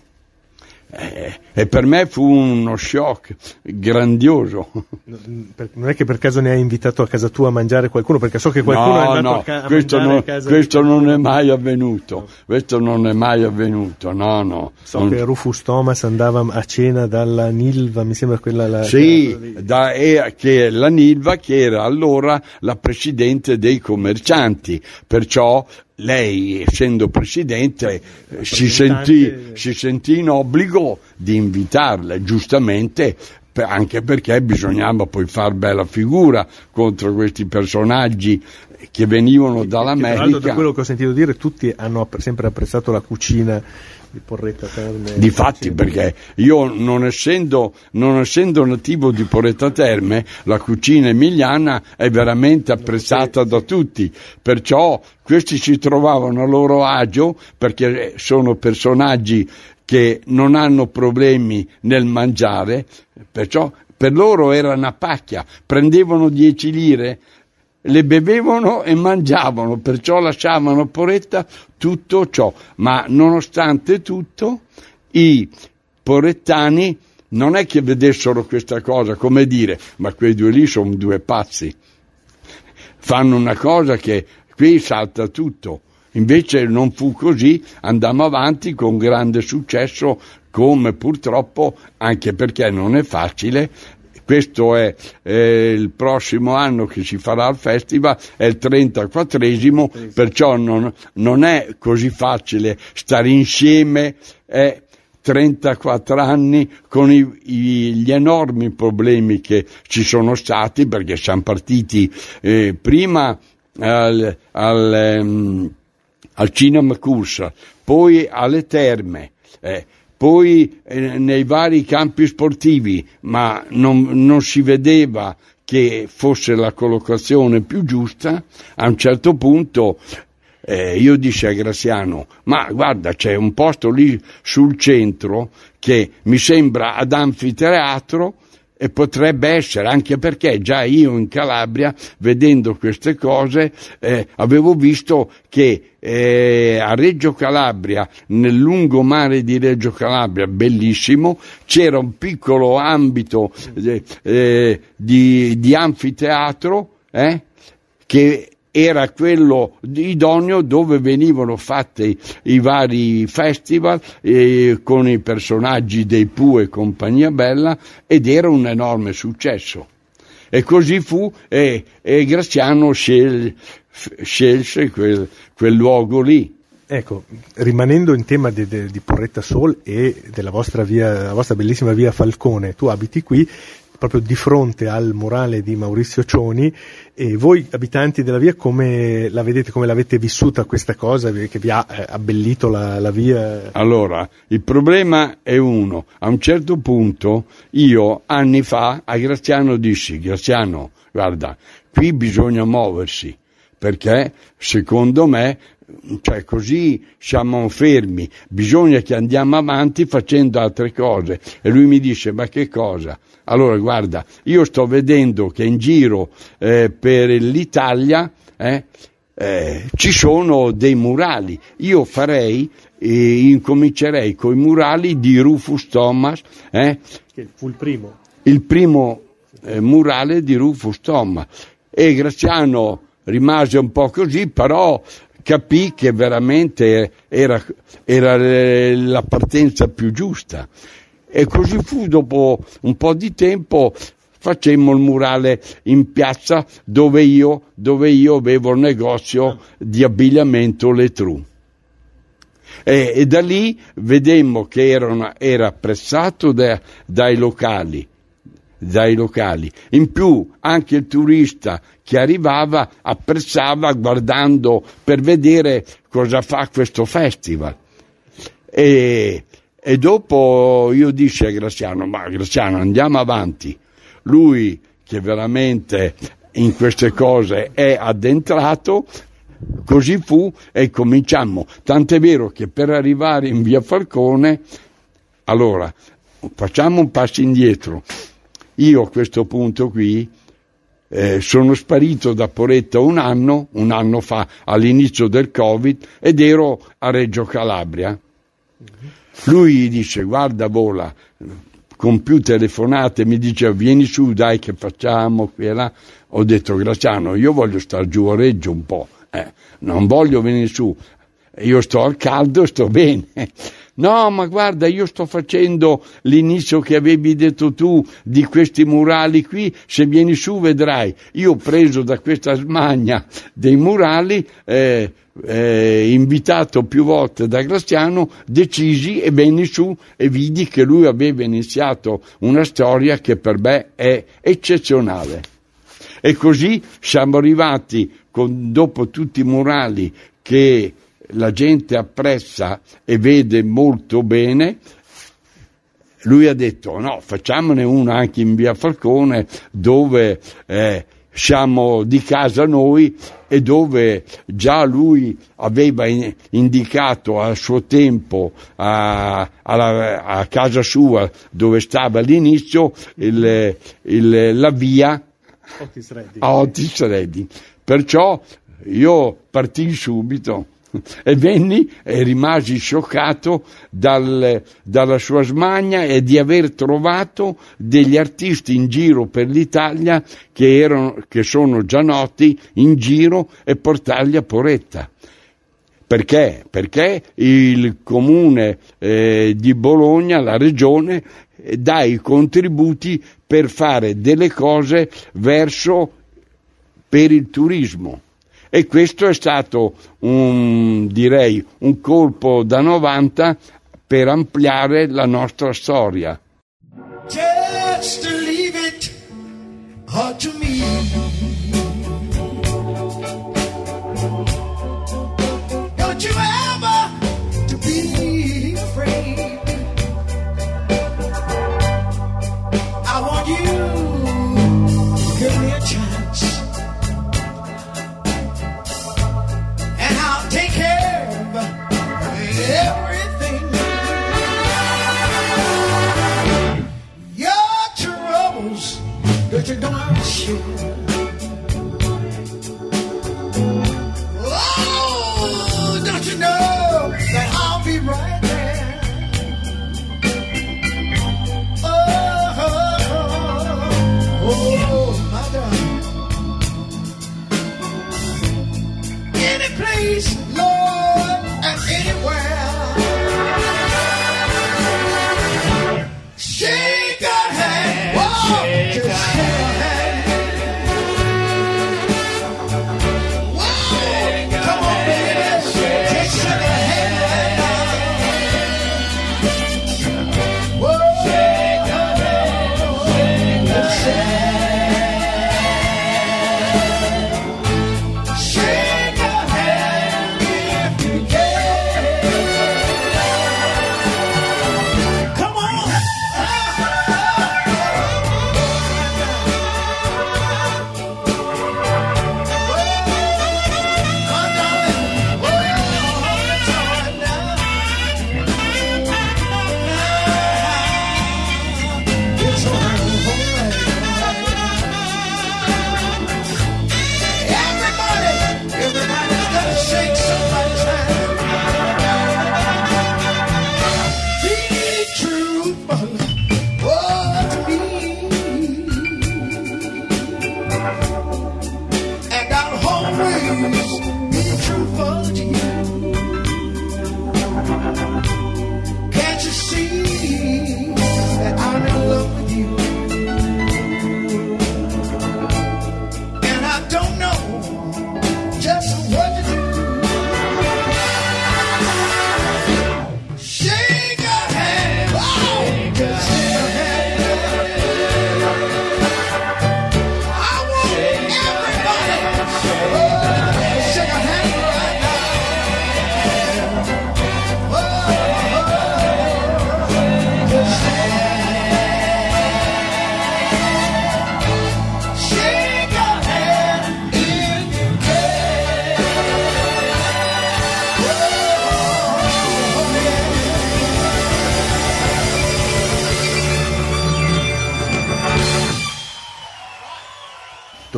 E per me fu uno shock grandioso. Non è che per caso ne hai invitato a casa tua a mangiare qualcuno? Perché so che qualcuno è andato a mangiare a casa. Questo non è mai avvenuto. Questo non è mai avvenuto. No. So che Rufus Thomas andava a cena dalla Nilva, mi sembra quella. Sì, che la Nilva, che era allora la presidente dei commercianti, perciò lei, essendo presidente, si sentì in obbligo di invitarla, giustamente, anche perché bisognava poi far bella figura contro questi personaggi che venivano dall'America. Tra l'altro, da quello che ho sentito dire, tutti hanno sempre apprezzato la cucina di Porretta Terme. Difatti, perché io non essendo nativo di Porretta Terme, la cucina emiliana è veramente apprezzata da tutti, perciò questi si trovavano a loro agio, perché sono personaggi che non hanno problemi nel mangiare, perciò per loro era una pacchia, prendevano 10 lire, le bevevano e mangiavano, perciò lasciavano a Porretta tutto ciò. Ma nonostante tutto, i porrettani non è che vedessero questa cosa come dire: ma quei due lì sono due pazzi, fanno una cosa che qui salta tutto. Invece non fu così, andammo avanti con grande successo, come purtroppo, anche perché non è facile. Questo è il prossimo anno che si farà il festival, è il 34esimo, perciò non è così facile stare insieme 34 anni con gli enormi problemi che ci sono stati, perché siamo partiti prima al Cinema Cursa, poi alle terme, poi nei vari campi sportivi, ma non si vedeva che fosse la collocazione più giusta. A un certo punto io dissi a Graziano: ma guarda, c'è un posto lì sul centro che mi sembra ad anfiteatro, e potrebbe essere, anche perché già io in Calabria, vedendo queste cose, avevo visto che a Reggio Calabria, nel lungomare di Reggio Calabria, bellissimo, c'era un piccolo ambito di anfiteatro che era quello idoneo dove venivano fatti i vari festival con i personaggi dei Pooh e compagnia bella, ed era un enorme successo. E così fu, e Graziano scelse quel luogo lì. Ecco, rimanendo in tema di Porretta Soul e della vostra la vostra bellissima via Falcone, tu abiti qui proprio di fronte al murale di Maurizio Cioni, e voi abitanti della via come la vedete, come l'avete vissuta questa cosa che vi ha abbellito la via? Allora, il problema è uno: a un certo punto io anni fa a Graziano dissi: Graziano, guarda, qui bisogna muoversi, perché secondo me, cioè, così siamo fermi, bisogna che andiamo avanti facendo altre cose. E lui mi dice: ma che cosa? Allora guarda, io sto vedendo che in giro per l'Italia ci sono dei murali, io incomincerei con i murali di Rufus Thomas, che fu il primo murale di Rufus Thomas. E Graziano rimase un po' così, però capì che veramente era la partenza più giusta. E così fu. Dopo un po' di tempo facemmo il murale in piazza dove io avevo il negozio di abbigliamento Letru. E da lì vedemmo che era apprezzato dai locali, dai locali. In più anche il turista che arrivava apprezzava guardando per vedere cosa fa questo festival. E dopo io dissi a Graziano: ma Graziano, andiamo avanti. Lui, che veramente in queste cose è addentrato, così fu, e cominciammo. Tant'è vero che per arrivare in via Falcone, allora facciamo un passo indietro. Io a questo punto qui sono sparito da Poretta un anno fa, all'inizio del Covid, ed ero a Reggio Calabria. Lui dice: guarda Vola, con più telefonate mi dice: vieni su, dai, che facciamo qui e là. Ho detto: Graziano, io voglio star giù a Reggio un po', non voglio venire su, io sto al caldo, sto bene. No, ma guarda, io sto facendo l'inizio che avevi detto tu di questi murali qui, se vieni su vedrai. Io ho preso da questa smania dei murali, invitato più volte da Graziano, decisi e venni su e vidi che lui aveva iniziato una storia che per me è eccezionale. E così siamo arrivati, dopo tutti i murali che la gente apprezza e vede molto bene, lui ha detto: no, facciamone uno anche in via Falcone, dove siamo di casa noi e dove già lui aveva indicato a suo tempo a casa sua, dove stava all'inizio, la via a Otis Redding. Perciò io partii subito e venni e rimasi scioccato dalla sua smania e di aver trovato degli artisti in giro per l'Italia che sono già noti in giro, e portarli a Poretta. Perché? Perché il comune di Bologna, la regione, dà i contributi per fare delle cose per il turismo. E questo è stato un colpo da 90 per ampliare la nostra storia. Just to leave it all to me. Don't you ever to be afraid. I want you to give me a chance. Take care of everything. Your troubles that you're gonna share. Oh, don't you know that I'll be right there? Oh, my darling. Any place, Lord, and anywhere. Shake a hand, whoa, just shake a hand.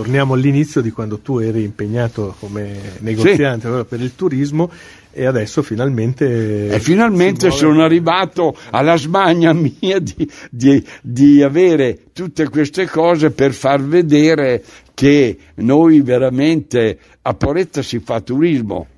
torniamo all'inizio di quando tu eri impegnato come negoziante per il turismo e adesso finalmente sono arrivato alla smania mia di avere tutte queste cose per far vedere che noi veramente a Poretta si fa turismo,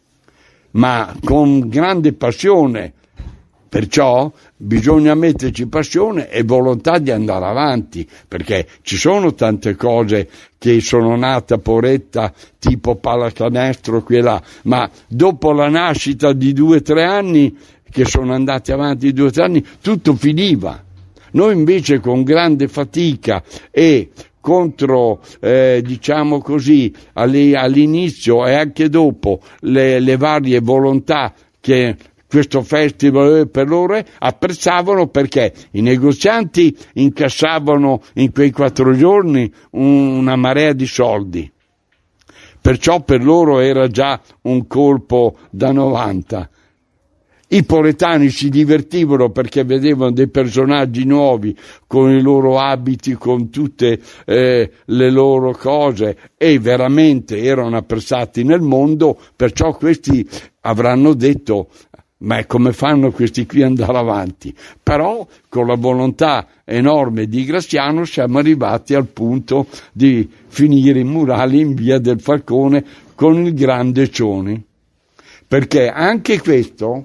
ma con grande passione. Perciò bisogna metterci passione e volontà di andare avanti, perché ci sono tante cose che sono nate a Poretta, tipo pallacanestro qui e là, ma dopo la nascita di 2 o 3 anni, che sono andati avanti 2 o 3 anni, tutto finiva. Noi invece con grande fatica e contro, diciamo così, all'inizio e anche dopo le varie volontà che questo festival per loro apprezzavano, perché i negozianti incassavano in quei 4 giorni una marea di soldi, perciò per loro era già un colpo da 90. I poretani si divertivano perché vedevano dei personaggi nuovi con i loro abiti, con tutte le loro cose, e veramente erano apprezzati nel mondo, perciò questi avranno detto: ma come fanno questi qui ad andare avanti? Però con la volontà enorme di Graziano siamo arrivati al punto di finire i murali in via del Falcone con il grande Cioni, perché anche questo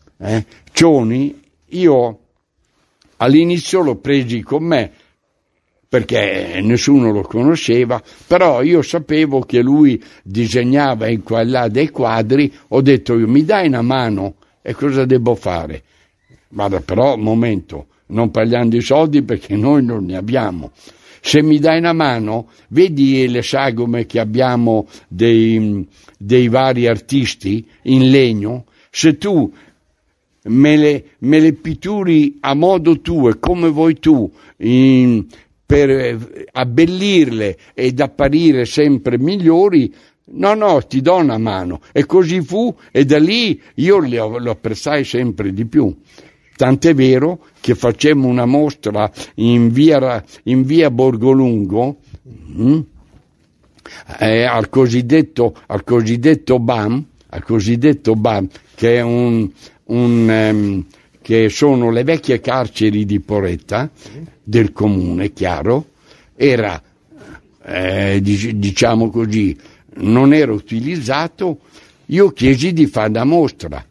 Cioni io all'inizio l'ho presi con me perché nessuno lo conosceva, però io sapevo che lui disegnava in qua e là dei quadri. Ho detto: io, mi dai una mano? E cosa devo fare? Guarda, però, momento, non parliamo di soldi perché noi non ne abbiamo. Se mi dai una mano, vedi le sagome che abbiamo dei vari artisti in legno? Se tu me le pitturi a modo tuo e come vuoi tu, per abbellirle ed apparire sempre migliori, no, ti do una mano. E così fu, e da lì io lo apprezzai sempre di più. Tant'è vero che facemmo una mostra in via Borgolungo, al cosiddetto BAM, che è che sono le vecchie carceri di Poretta del comune, chiaro. Era diciamo così, non era utilizzato. Io chiesi di fare la mostra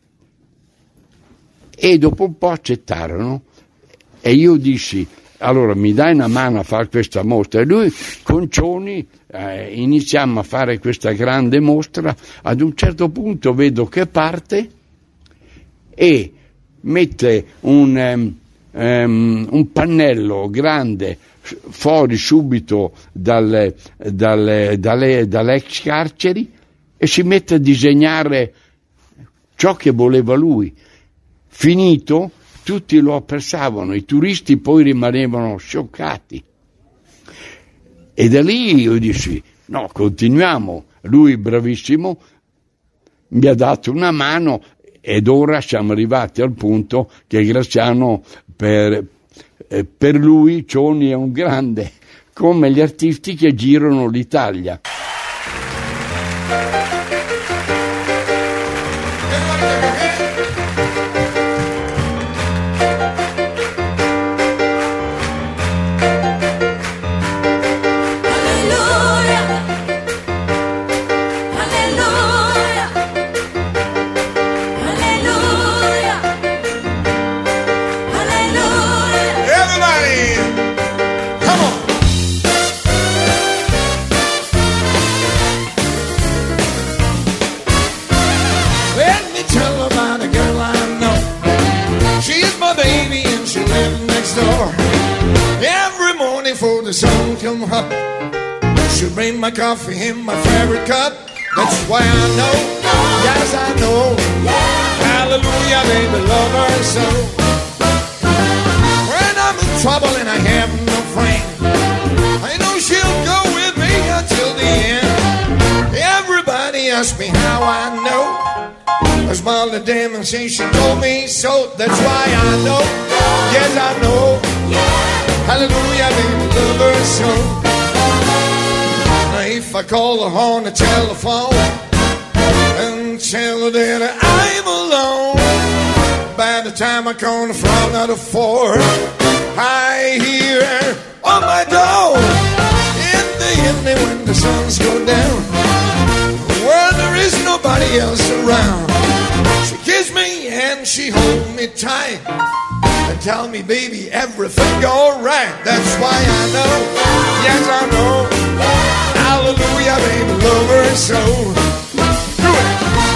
e dopo un po' accettarono, e io dissi: allora mi dai una mano a fare questa mostra? E lui con Cioni iniziamo a fare questa grande mostra. Ad un certo punto vedo che parte e mette un pannello grande fuori subito dalle ex carceri e si mette a disegnare ciò che voleva lui. Finito, tutti lo apprezzavano, i turisti poi rimanevano scioccati. E da lì io dissi: no, continuiamo. Lui, bravissimo, mi ha dato una mano, ed ora siamo arrivati al punto che Graziano, per lui Cioni è un grande, come gli artisti che girano l'Italia. Bring my coffee in my favorite cup. That's why I know, yes I know, hallelujah, baby, love her so. When I'm in trouble and I have no friend, I know she'll go with me until the end. Everybody asks me how I know. I smile at them and say she told me so. That's why I know, yes I know, hallelujah, baby, love her so. If I call her on the telephone and tell her that I'm alone, by the time I come from out of 4, I hear her on my door. In the evening when the suns go down, where there is nobody else around, she kiss me and she hold me tight and tell me, baby, everything alright. That's why I know, yes I know, hallelujah, baby, love her so. Do it.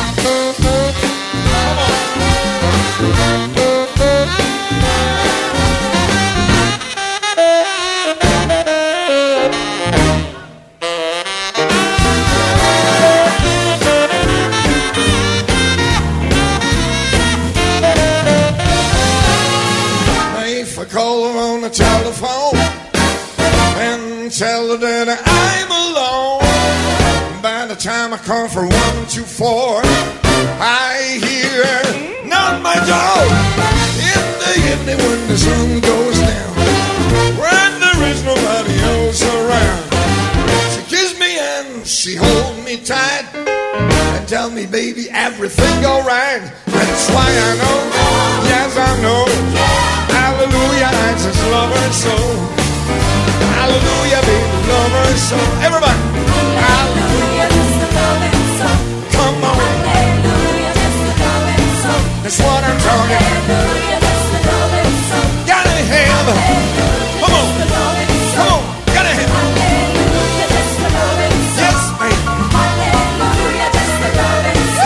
Call her on the telephone and tell her that I'm alone. By the time I come for 1, 2, 4, I hear her knock my door. In the evening when the sun goes down, when there is nobody else around, she kiss me and she hold me tight and tell me, baby, everything alright. That's why I know, yes I know, hallelujah, I just love her so. Hallelujah, baby, love her so. Everybody. Hallelujah, just to love her so. Come on. Hallelujah, just to love her so. That's what I'm talking about. Hallelujah, just to love her so. Gotta have her. Come on. Come on. Gotta have her. Hallelujah, just to love her so. Yes, baby. Hallelujah, just to love her so.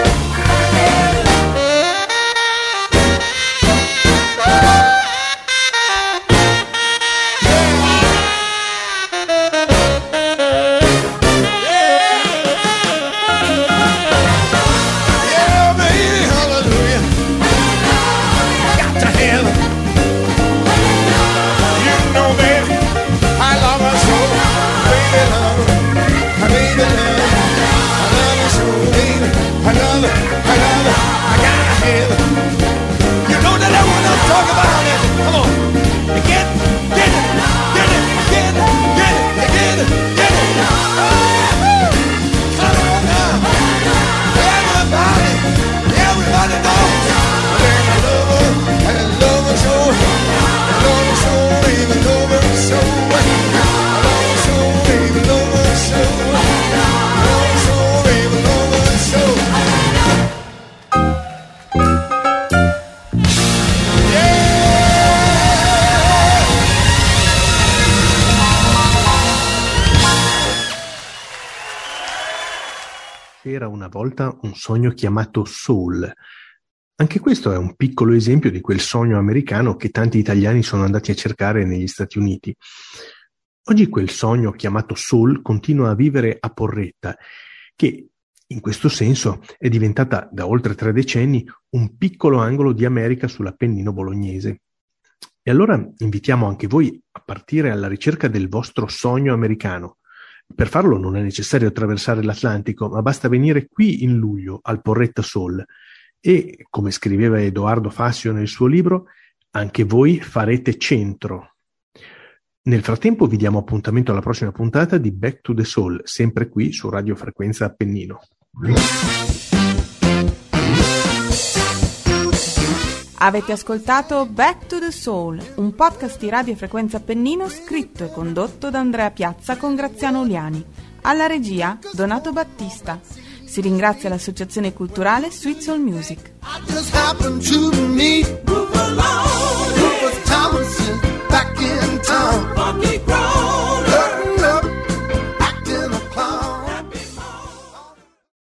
C'era una volta un sogno chiamato Soul. Anche questo è un piccolo esempio di quel sogno americano che tanti italiani sono andati a cercare negli Stati Uniti. Oggi quel sogno chiamato Soul continua a vivere a Porretta, che in questo senso è diventata da oltre 3 decenni un piccolo angolo di America sull'Appennino bolognese. E allora invitiamo anche voi a partire alla ricerca del vostro sogno americano. Per farlo non è necessario attraversare l'Atlantico, ma basta venire qui in luglio al Porretta Soul e, come scriveva Edoardo Fassio nel suo libro, anche voi farete centro. Nel frattempo vi diamo appuntamento alla prossima puntata di Back to the Soul, sempre qui su Radio Frequenza Appennino. Avete ascoltato Back to the Soul, un podcast di Radio Frequenza Appennino scritto e condotto da Andrea Piazza con Graziano Uliani. Alla regia Donato Battista. Si ringrazia l'associazione culturale Sweet Soul Music.